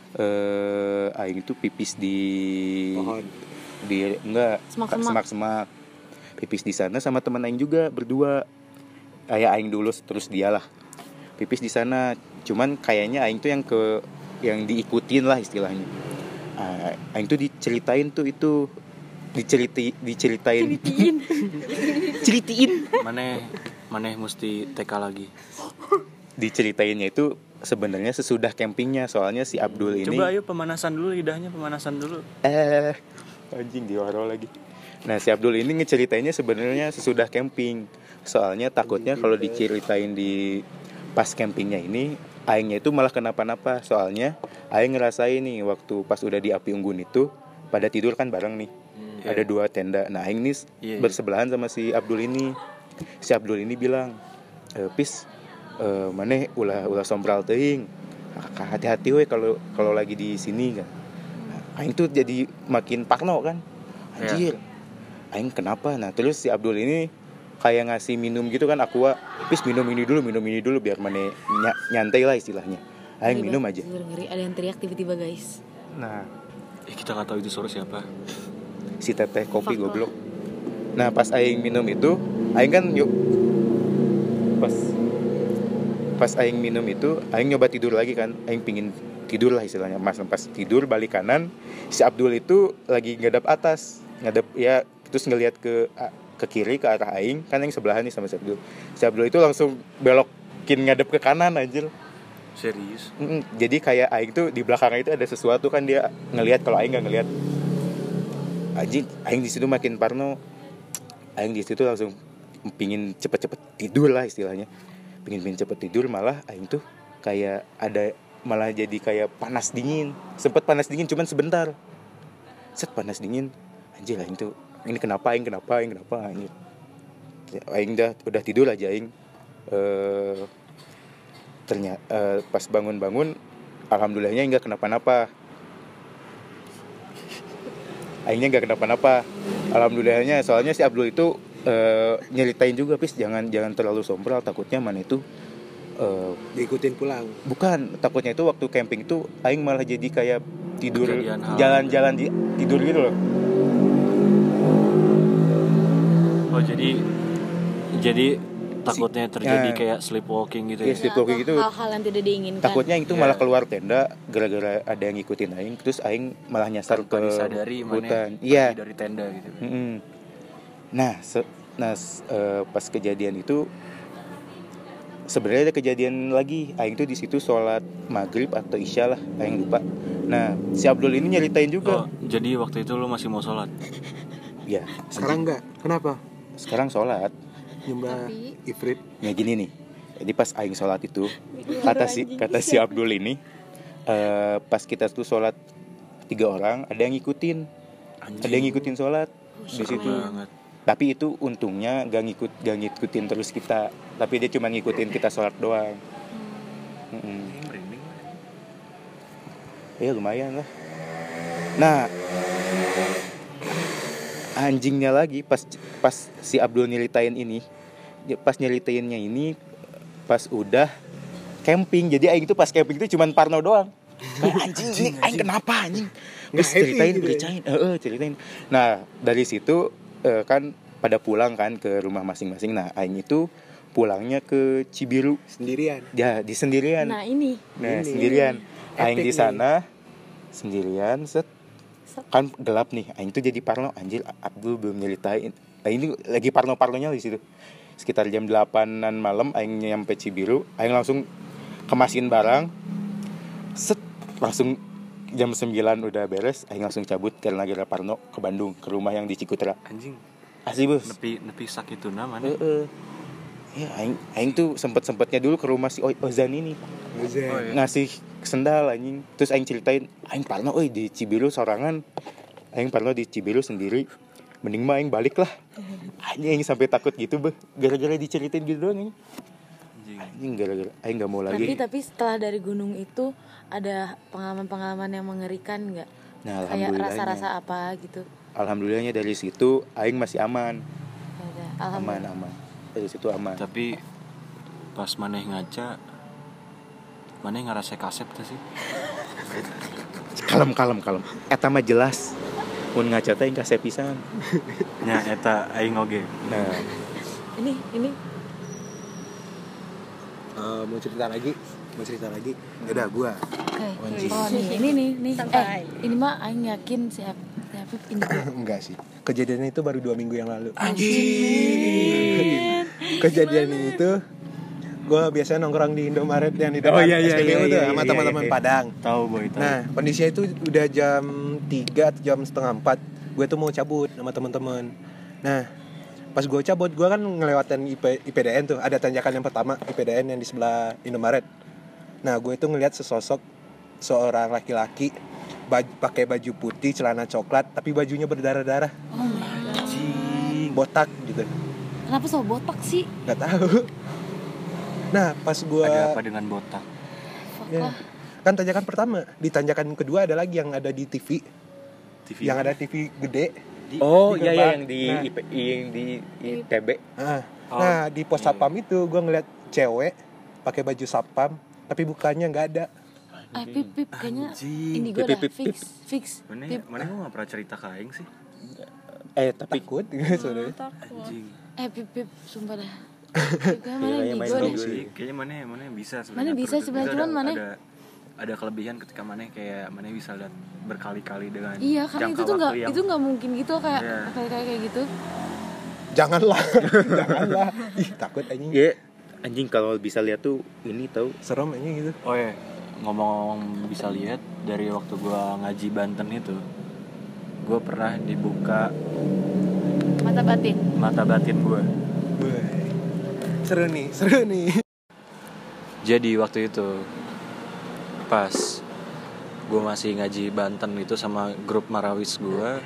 eh Aing tuh pipis di Pohon. di enggak Semak-semak. semak-semak pipis di sana sama teman Aing juga berdua. Kayak Aing dulu terus dialah pipis di sana. Cuman kayaknya Aing tuh yang ke yang diikutin lah istilahnya. Ah, Aing tuh diceritain tuh itu diceriti diceritain ceritiin Maneh maneh mesti T K lagi. diceritainnya itu sebenarnya sesudah campingnya, soalnya si Abdul ini Coba ayo pemanasan dulu lidahnya, pemanasan dulu. eh anjing diwaro lagi. Nah si Abdul ini ngeceritainnya sebenarnya sesudah camping, soalnya takutnya kalau diceritain di pas campingnya ini Aingnya itu malah kenapa-napa. Soalnya Aing ngerasain nih waktu pas udah di api unggun itu pada tidur kan bareng nih, Iya. ada dua tenda. Nah Aing nih Iya, iya. bersebelahan sama si Abdul ini. Si Abdul ini bilang, e, Pis, e, maneh ulah ulah sombral teuing, hati-hati we kalau kalau lagi di sini kan. Nah, Aing tuh jadi makin parno kan, anjir. Aing kenapa? Nah terus si Abdul ini kayak ngasih minum gitu kan, aqua, Pis minum ini dulu, minum ini dulu biar maneh ny- nyantai lah istilahnya. Aing minum aja. Ngeri, ada yang teriak tiba-tiba guys. Nah Eh, kita nggak tahu itu suara siapa. si teteh kopi Fuck goblok. Nah pas Aing minum itu, Aing kan yuk pas pas Aing minum itu, Aing nyoba tidur lagi kan, Aing pingin tidur lah istilahnya. Mas pas tidur balik kanan, si Abdul itu lagi ngadap atas, ngadap ya terus ngelihat ke ke kiri ke arah Aing, kan Aing sebelahan nih sama si Abdul. Si Abdul itu langsung belokin ngadap ke kanan anjir. Serius? Mm, jadi kayak Aing tuh di belakangnya itu ada sesuatu kan, dia ngelihat kalau Aing nggak ngelihat. Anjing, Aing di situ makin parno. Aing di situ langsung pingin cepet-cepet tidur lah istilahnya. Pingin-pingin cepet tidur, malah Aing tuh kayak ada malah jadi kayak panas dingin. Sempet panas dingin cuman sebentar. Set panas dingin. Anjir Aing tuh, ini kenapa Aing kenapa Aing kenapa anjir. Aing udah udah tidur aja Aing. Eh ternyata uh, pas bangun-bangun alhamdulillahnya enggak kenapa-napa. Aingnya enggak kenapa-napa. Alhamdulillahnya, soalnya si Abdul itu uh, nyeritain juga, Pis, jangan jangan terlalu sombral, takutnya mana itu uh, Diikutin pulang. bukan, takutnya itu waktu camping itu aing malah jadi kayak tidur Kejadian hal. jalan-jalan di, tidur gitu loh. Oh jadi jadi takutnya terjadi ya. kayak sleepwalking gitu Iya, ya. sleepwalking gitu. Hal-hal yang tidak diinginkan. Takutnya itu Ya. malah keluar tenda gara-gara ada yang ngikutin aing, terus aing malah nyasar Tanpa ke disadari hutan. mana Iya. pergi dari tenda gitu. Mm-mm. Nah, se- nah s- eh, pas kejadian itu sebenarnya ada kejadian lagi. Aing tuh di situ sholat maghrib atau isya lah, aing lupa. Nah, si Abdul ini nyeritain juga. Oh, jadi waktu itu lu masih mau sholat? Ya, Sekarang enggak. Kenapa? sekarang sholat. Nyembah Tapi- Ifrit. Ya gini nih. Jadi pas aing sholat itu, kata si kata si Abdul ini, eh, pas kita tuh sholat tiga orang, ada yang ngikutin, ada yang ngikutin sholat di Serem situ. banget. Tapi itu untungnya gak ngikut gak ngikutin terus kita, tapi dia cuma ngikutin kita sholat doang. Mm-mm. Ya lumayan lah. Nah, anjingnya lagi pas pas si Abdul nyeritain ini, dia pas nyeritainnya ini pas udah camping. Jadi aing itu pas camping itu cuman parno doang. Kayak anjing, ini aing kenapa anjing? Terus Nggak happy ceritain, gitu ya. ceritain, heeh, ceritain. Nah, dari situ eh, kan pada pulang kan ke rumah masing-masing. Nah, aing itu pulangnya ke Cibiru. Sendirian. Ya, di sendirian. Nah ini Nah, Ini. sendirian. Aing Epic di sana sendirian, set. Kan gelap nih. Aing tuh jadi parno, anjir Abdul belum nyeritain. Nah, ini lagi parno-parnonya di situ. Sekitar jam delapanan malam aing nyampe Cibiru, aing langsung kemasin barang. Set, langsung jam sembilan udah beres, aing langsung cabut karena gara parno ke Bandung, ke rumah yang di Cikutra. Anjing. Asli, Bos. Nepi nepi sakit namanya. Heeh. Ya, aing aing tuh sempet-sempetnya dulu ke rumah si O- Ozan ini. Ozan. Oh, iya. Ngasih sendal anjing. Terus aing ceritain, aing parno euy di Cibiru sorangan. Aing parno di Cibiru sendiri. Mending mah aing balik lah. Anjing sampai takut gitu, beh. Gara-gara diceritain gitu doang anjing. Anjing. Anjing gara-gara aing enggak mau tapi lagi. tapi setelah dari gunung itu ada pengalaman-pengalaman yang mengerikan nggak? Nah, Kayak alhamdulillahnya. rasa-rasa apa gitu? Alhamdulillahnya dari situ aing masih aman. Ya udah, Aman, alhamdulillah. aman. Dari situ aman. Tapi pas maneh ngaca, maneh ngerasa kasep tuh sih. Kalem, kalem, kalem. Eta mah jelas. Mun ngaca teh aing kasep pisan. Nya eta aing oge. Nah, Ini ini Eh, mau cerita lagi? Mau cerita lagi? Yaudah, gua. Oke. Anjing. Oh nih, ini nih, nih. Santai. Eh, ini mah aing yakin si Ap- si Apip ini. Enggak sih. Kejadiannya itu baru dua minggu yang lalu. Anjing. Kejadiannya itu gue biasanya nongkrong di Indomaret yang di depan Oh, iya, iya, S P B U iya, tuh iya, sama iya, teman-teman iya. Padang. Tahu boy tahu. Nah, kondisinya itu udah jam tiga atau jam setengah empat. Gue tuh mau cabut sama teman-teman. Nah, pas gue cabut, gue kan ngelewatin I P, I P D N tuh. Ada tanjakan yang pertama I P D N yang di sebelah Indomaret. Nah, gue itu ngelihat sesosok seorang laki-laki baju, pakai baju putih, celana coklat, tapi bajunya berdarah-darah, Oh my god. Anjing. botak gitu. Kenapa so botak sih? Gak tahu. Nah, pas gue Ada apa dengan botak? Fuck ya, lah. kan tanjakan pertama, di tanjakan kedua ada lagi yang ada di T V, T V. yang ada T V gede. oh di iya iya gerbang. yang di Nah. I P, yang di I T B. Nah, Oh, nah di pos iya. satpam itu gue ngeliat cewek pakai baju satpam, tapi bukannya nggak ada. Eh Pip Pip kayaknya Anjing. ini gue Pip, dah Pip, Pip, fix fix. Mana Pip. mana gua enggak pernah cerita ke aing sih. Eh tapi Takut sebenarnya. Takut. Anjing. Eh Pip Pip sumpah dah. Pip kayaknya mana Kayaknya yang main gue dong deh. sih. Sih, kayaknya mana mana bisa sebenarnya. Mana bisa ngatur itu. sebenarnya, Itu cuman ada- mana- ada ada kelebihan ketika mana kayak mana bisa lihat berkali-kali dengan Iya karena jangka itu tuh nggak waktu yang- itu nggak mungkin gitu kayak Iya. kayak kayak kayak gitu. Janganlah, janganlah. Ih, takut anjing. ya anjing kalau bisa lihat tuh ini tahu. Serem anjing gitu. Oh ya, ngomong bisa lihat dari waktu gua ngaji Banten itu, gua pernah dibuka Mata batin. mata batin gua. Woi. Seru nih, seru nih. Jadi waktu itu pas gua masih ngaji Banten itu sama grup Marawis gua,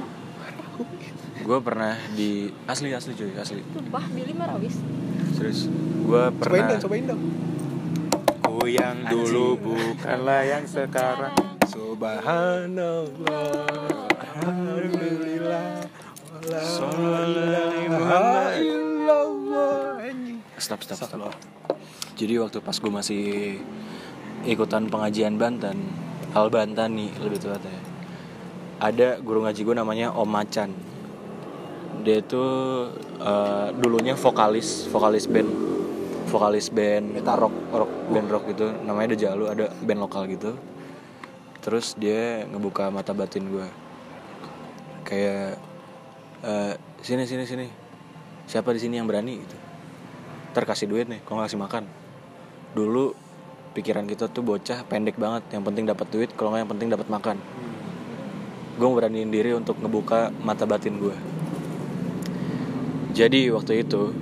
gua pernah di asli asli cuy asli Sumpah, Billy Marawis. serius. Gua Cobain pernah dong, cobain dong. Ku yang dulu bukanlah yang sekarang. Subhanallah, alhamdulillah, Stop, stop, stop. Jadi waktu pas gue masih ikutan pengajian Banten, Al Banten nih lebih tepatnya, ada guru ngaji gue namanya Om Macan. Dia itu uh, dulunya vokalis, vokalis band, vokalis band rock, rock band rock gitu. Namanya ada Jalu, ada band lokal gitu. Terus dia ngebuka mata batin gue, kayak uh, sini sini sini, siapa di sini yang berani gitu. Terkasih duit nih, kalau nggak kasih makan. Dulu pikiran kita tuh bocah pendek banget, yang penting dapat duit, kalau nggak yang penting dapat makan. Gue beraniin diri untuk ngebuka mata batin gue. Jadi waktu itu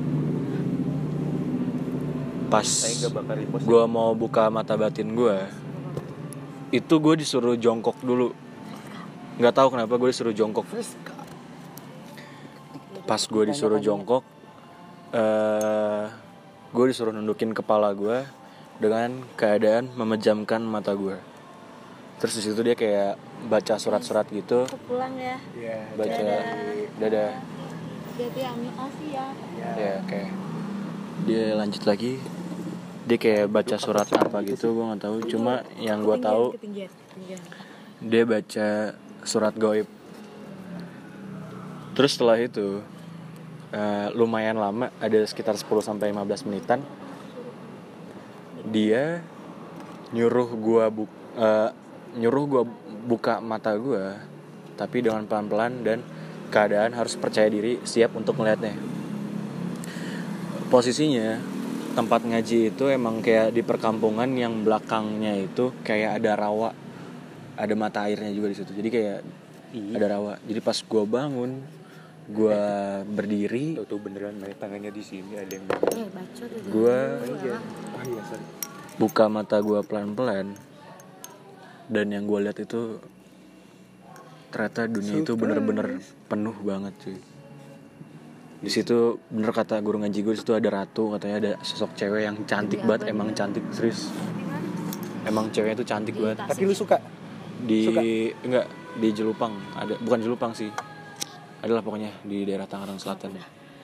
pas gue mau buka mata batin gue, itu gue disuruh jongkok dulu. Nggak tahu kenapa gue disuruh jongkok. Pas gue disuruh jongkok, uh, gue disuruh nundukin kepala gue dengan keadaan memejamkan mata gue. Terus di situ dia kayak baca surat-surat gitu, Aku pulang ya. Iya. baca dadah. Jadi Ami kasih ya. Ya kayak dia lanjut lagi. dia kayak baca surat apa gitu, gue nggak tahu. Cuma yang gue tahu Ketinggian, ketinggian. dia baca surat gaib. Terus setelah itu uh, lumayan lama, ada sekitar sepuluh sampai lima belas menitan, dia nyuruh gue bu uh, nyuruh gue buka mata gue, tapi dengan pelan-pelan dan keadaan harus percaya diri, siap untuk melihatnya. Posisinya tempat ngaji itu emang kayak di perkampungan yang belakangnya itu kayak ada rawa, ada mata airnya juga di situ. Jadi kayak Iya. ada rawa. Jadi pas gue bangun, gue berdiri, Tuh beneran main tangannya di sini ada yang Eh, bacot itu. gue oh iya sorry. buka mata gue pelan-pelan, dan yang gue lihat itu ternyata dunia itu bener-bener penuh banget cuy. Di situ bener kata guru ngaji gue, di situ ada ratu, katanya ada sosok cewek yang cantik Iya, banget, bener. emang cantik serius. Emang ceweknya tuh cantik banget. Tapi lu suka? Di Suka? enggak di Jelupang, ada bukan Jelupang sih. Adalah pokoknya di daerah Tangerang Selatan.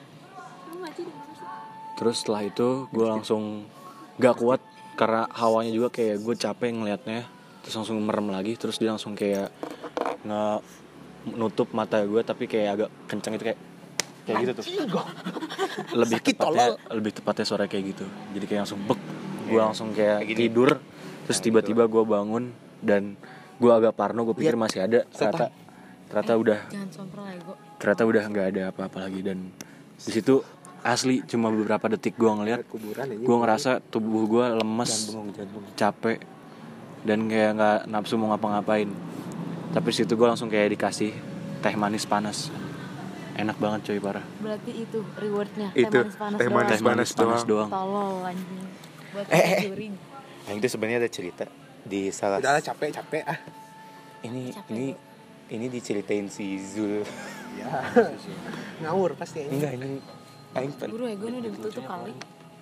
Terus setelah itu gue langsung gak kuat karena hawanya juga kayak gue capek ngelihatnya. Terus langsung merem lagi, terus dia langsung kayak nge nutup mata gue, tapi kayak agak kencang itu kayak kayak gitu tuh. Lebih Sakit, tepatnya tolol. lebih tepatnya suara kayak gitu. Jadi kayak langsung bek. Gue Iya. langsung kayak Kayak gini. tidur. Terus Nah, tiba-tiba gue bangun dan gue agak parno. Gue pikir Lihat. masih ada. Ternyata ternyata udah Jangan sompral ya, Go. ternyata udah nggak ada apa-apa lagi. Dan di situ asli cuma beberapa detik gue ngeliat, Kuburan aja. gue ngerasa tubuh gue lemes, Jantung, jantung. capek, dan kayak nggak nafsu mau ngapa-ngapain. Tapi di situ gue langsung kayak dikasih teh manis panas, enak banget coy, parah. Berarti itu rewardnya. Itu, teh manis-panas teh doang. Teh manis panas doang. Tolol anjing. Buat Eh, eh. juri. Nah itu sebenarnya ada cerita di salah Udah capek capek ah. ini Capek, ini ini diceritain si Zul. Ya. Ngawur pasti ini. Enggak ini aing pen- Buru ya, gue udah ditutup kali.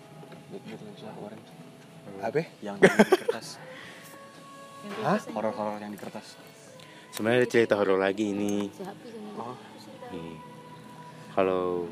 Apa? Yang di kertas, Hah? horor-horor yang di kertas. sebenarnya ada cerita horor lagi ini. Si Happy sama Oh, Nih. Kalau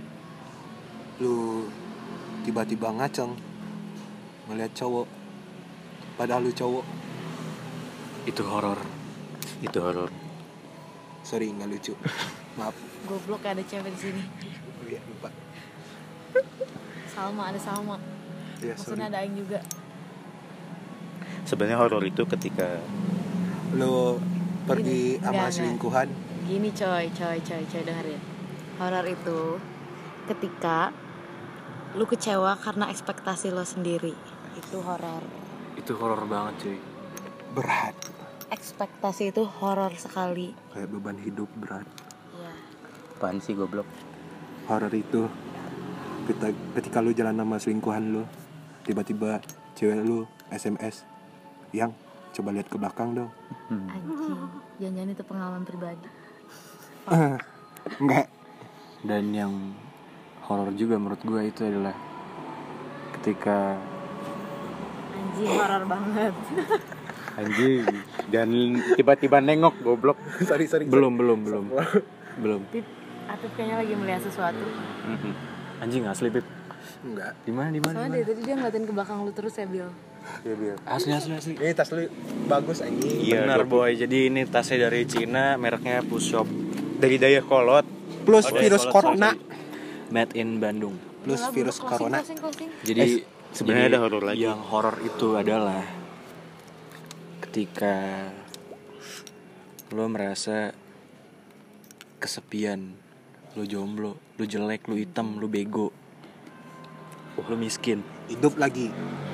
lu tiba-tiba ngaceng ngeliat cowok padahal lu cowok. Itu horor. itu horor. Sorry, nggak lucu. Maaf. goblok kayak ada cewek di sini. Oh iya, lupa. Salma, ada Salma. Ya, sorry. Maksudnya ada Aing juga. Sebenarnya horor itu ketika Lu pergi Gini, sama enggak, selingkuhan. Gini coy, coy, coy, coy, dengerin. Horor itu ketika lu kecewa karena ekspektasi lo sendiri. Itu horor. Itu horor banget cuy. Berat. Ekspektasi itu horor sekali. Kayak beban hidup berat. Iya. apaan sih goblok? Horor itu ketika, ketika lu jalan sama selingkuhan lu, tiba-tiba cewek lu S M S, yang coba lihat ke belakang dong. Hmm. Anjing. Jangan-jangan itu pengalaman pribadi. Enggak. Dan yang horor juga menurut gue itu adalah ketika Anjing, horor banget. Anjing, jangan tiba-tiba nengok goblok. sorry sorry. belum belum belum belum Pip, Atip kayaknya lagi melihat sesuatu. anjing asli Pip. Enggak. Di mana di mana? Soalnya dari tadi dia ngeliatin ke belakang lu terus ya, Bil. Iya, Bil. Asli asli asli. Ini tas lu bagus anjing. Iya, Benar gua- boy. Jadi ini tasnya dari Cina, mereknya Push Shop. Dari daya kolot. Plus Oh, virus dari corona. Kolot, sorry. Made in Bandung. Plus Udah lah, virus closing, corona. Closing, closing. Jadi Eh, sebenarnya jadi ada horor lagi. Yang horor itu adalah ketika lo merasa kesepian, lo jomblo, lo jelek, lo hitam, lo bego, lo miskin. Hidup lagi.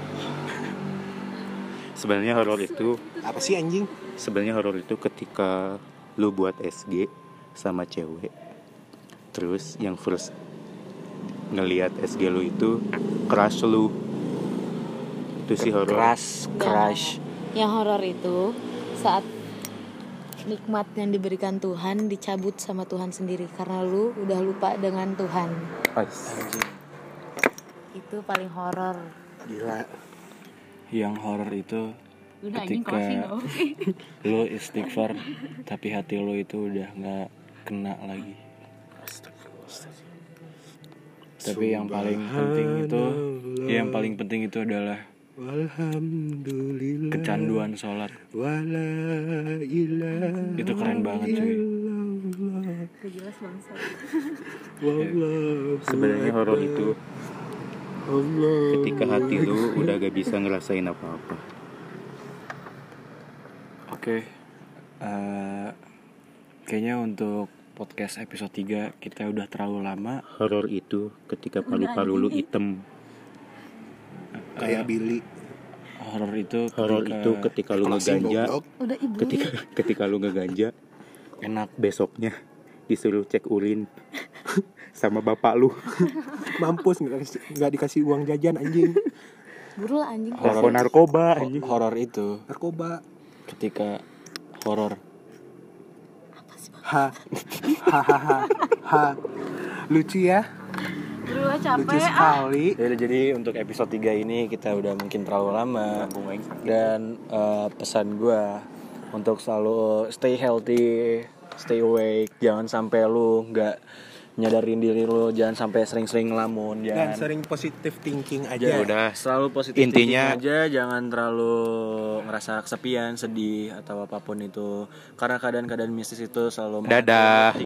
Sebenarnya horor itu Apa sih anjing? sebenarnya horor itu ketika lu buat S G sama cewek, terus yang first ngelihat S G lu itu crush lu, itu sih horor. Crush, crush. Yang horor itu saat nikmat yang diberikan Tuhan dicabut sama Tuhan sendiri karena lu udah lupa dengan Tuhan. Itu paling horor. Gila. Yang horor itu Udah anjing closing ketika loh. lo istighfar tapi hati lo itu udah nggak kena lagi. Tapi yang paling penting itu, yang paling penting itu adalah Alhamdulillah. kecanduan sholat. Wala ilaha Itu keren banget cuy. Kejelas bangsa. Wallahu Sebenarnya horor itu Allah. ketika hati lu udah gak bisa ngerasain apa-apa. Oke, eh, kayaknya untuk podcast episode tiga kita udah terlalu lama. Horor itu ketika paru-paru lu hitam. Kayak Billy. Horor itu Horor ketika itu ketika lu Closing ngeganja, goblok. Udah ibu. ketika ketika lu ngeganja, enak. besoknya disuruh cek urin sama bapak lu. Mampus nggak dikasih, nggak dikasih uang jajan anjing. Buru lah anjing. Rokok narkoba Ho- anjing. horor itu Narkoba. ketika horor. Ha. Hahaha. Ha. Lucu ya? Buru lah Lucu capek ah. sekali. Jadi, jadi untuk episode tiga ini kita udah mungkin terlalu lama. Dan eh, pesan gue untuk selalu stay healthy, stay awake, jangan sampai lu nggak nyadarin diri lu, jangan sampai sering-sering ngelamun, Dan jangan sering positive thinking Ya aja. udah. selalu positif Intinya- thinking aja, jangan terlalu ngerasa kesepian, sedih atau apapun itu, karena keadaan-keadaan mistis itu selalu Dadah.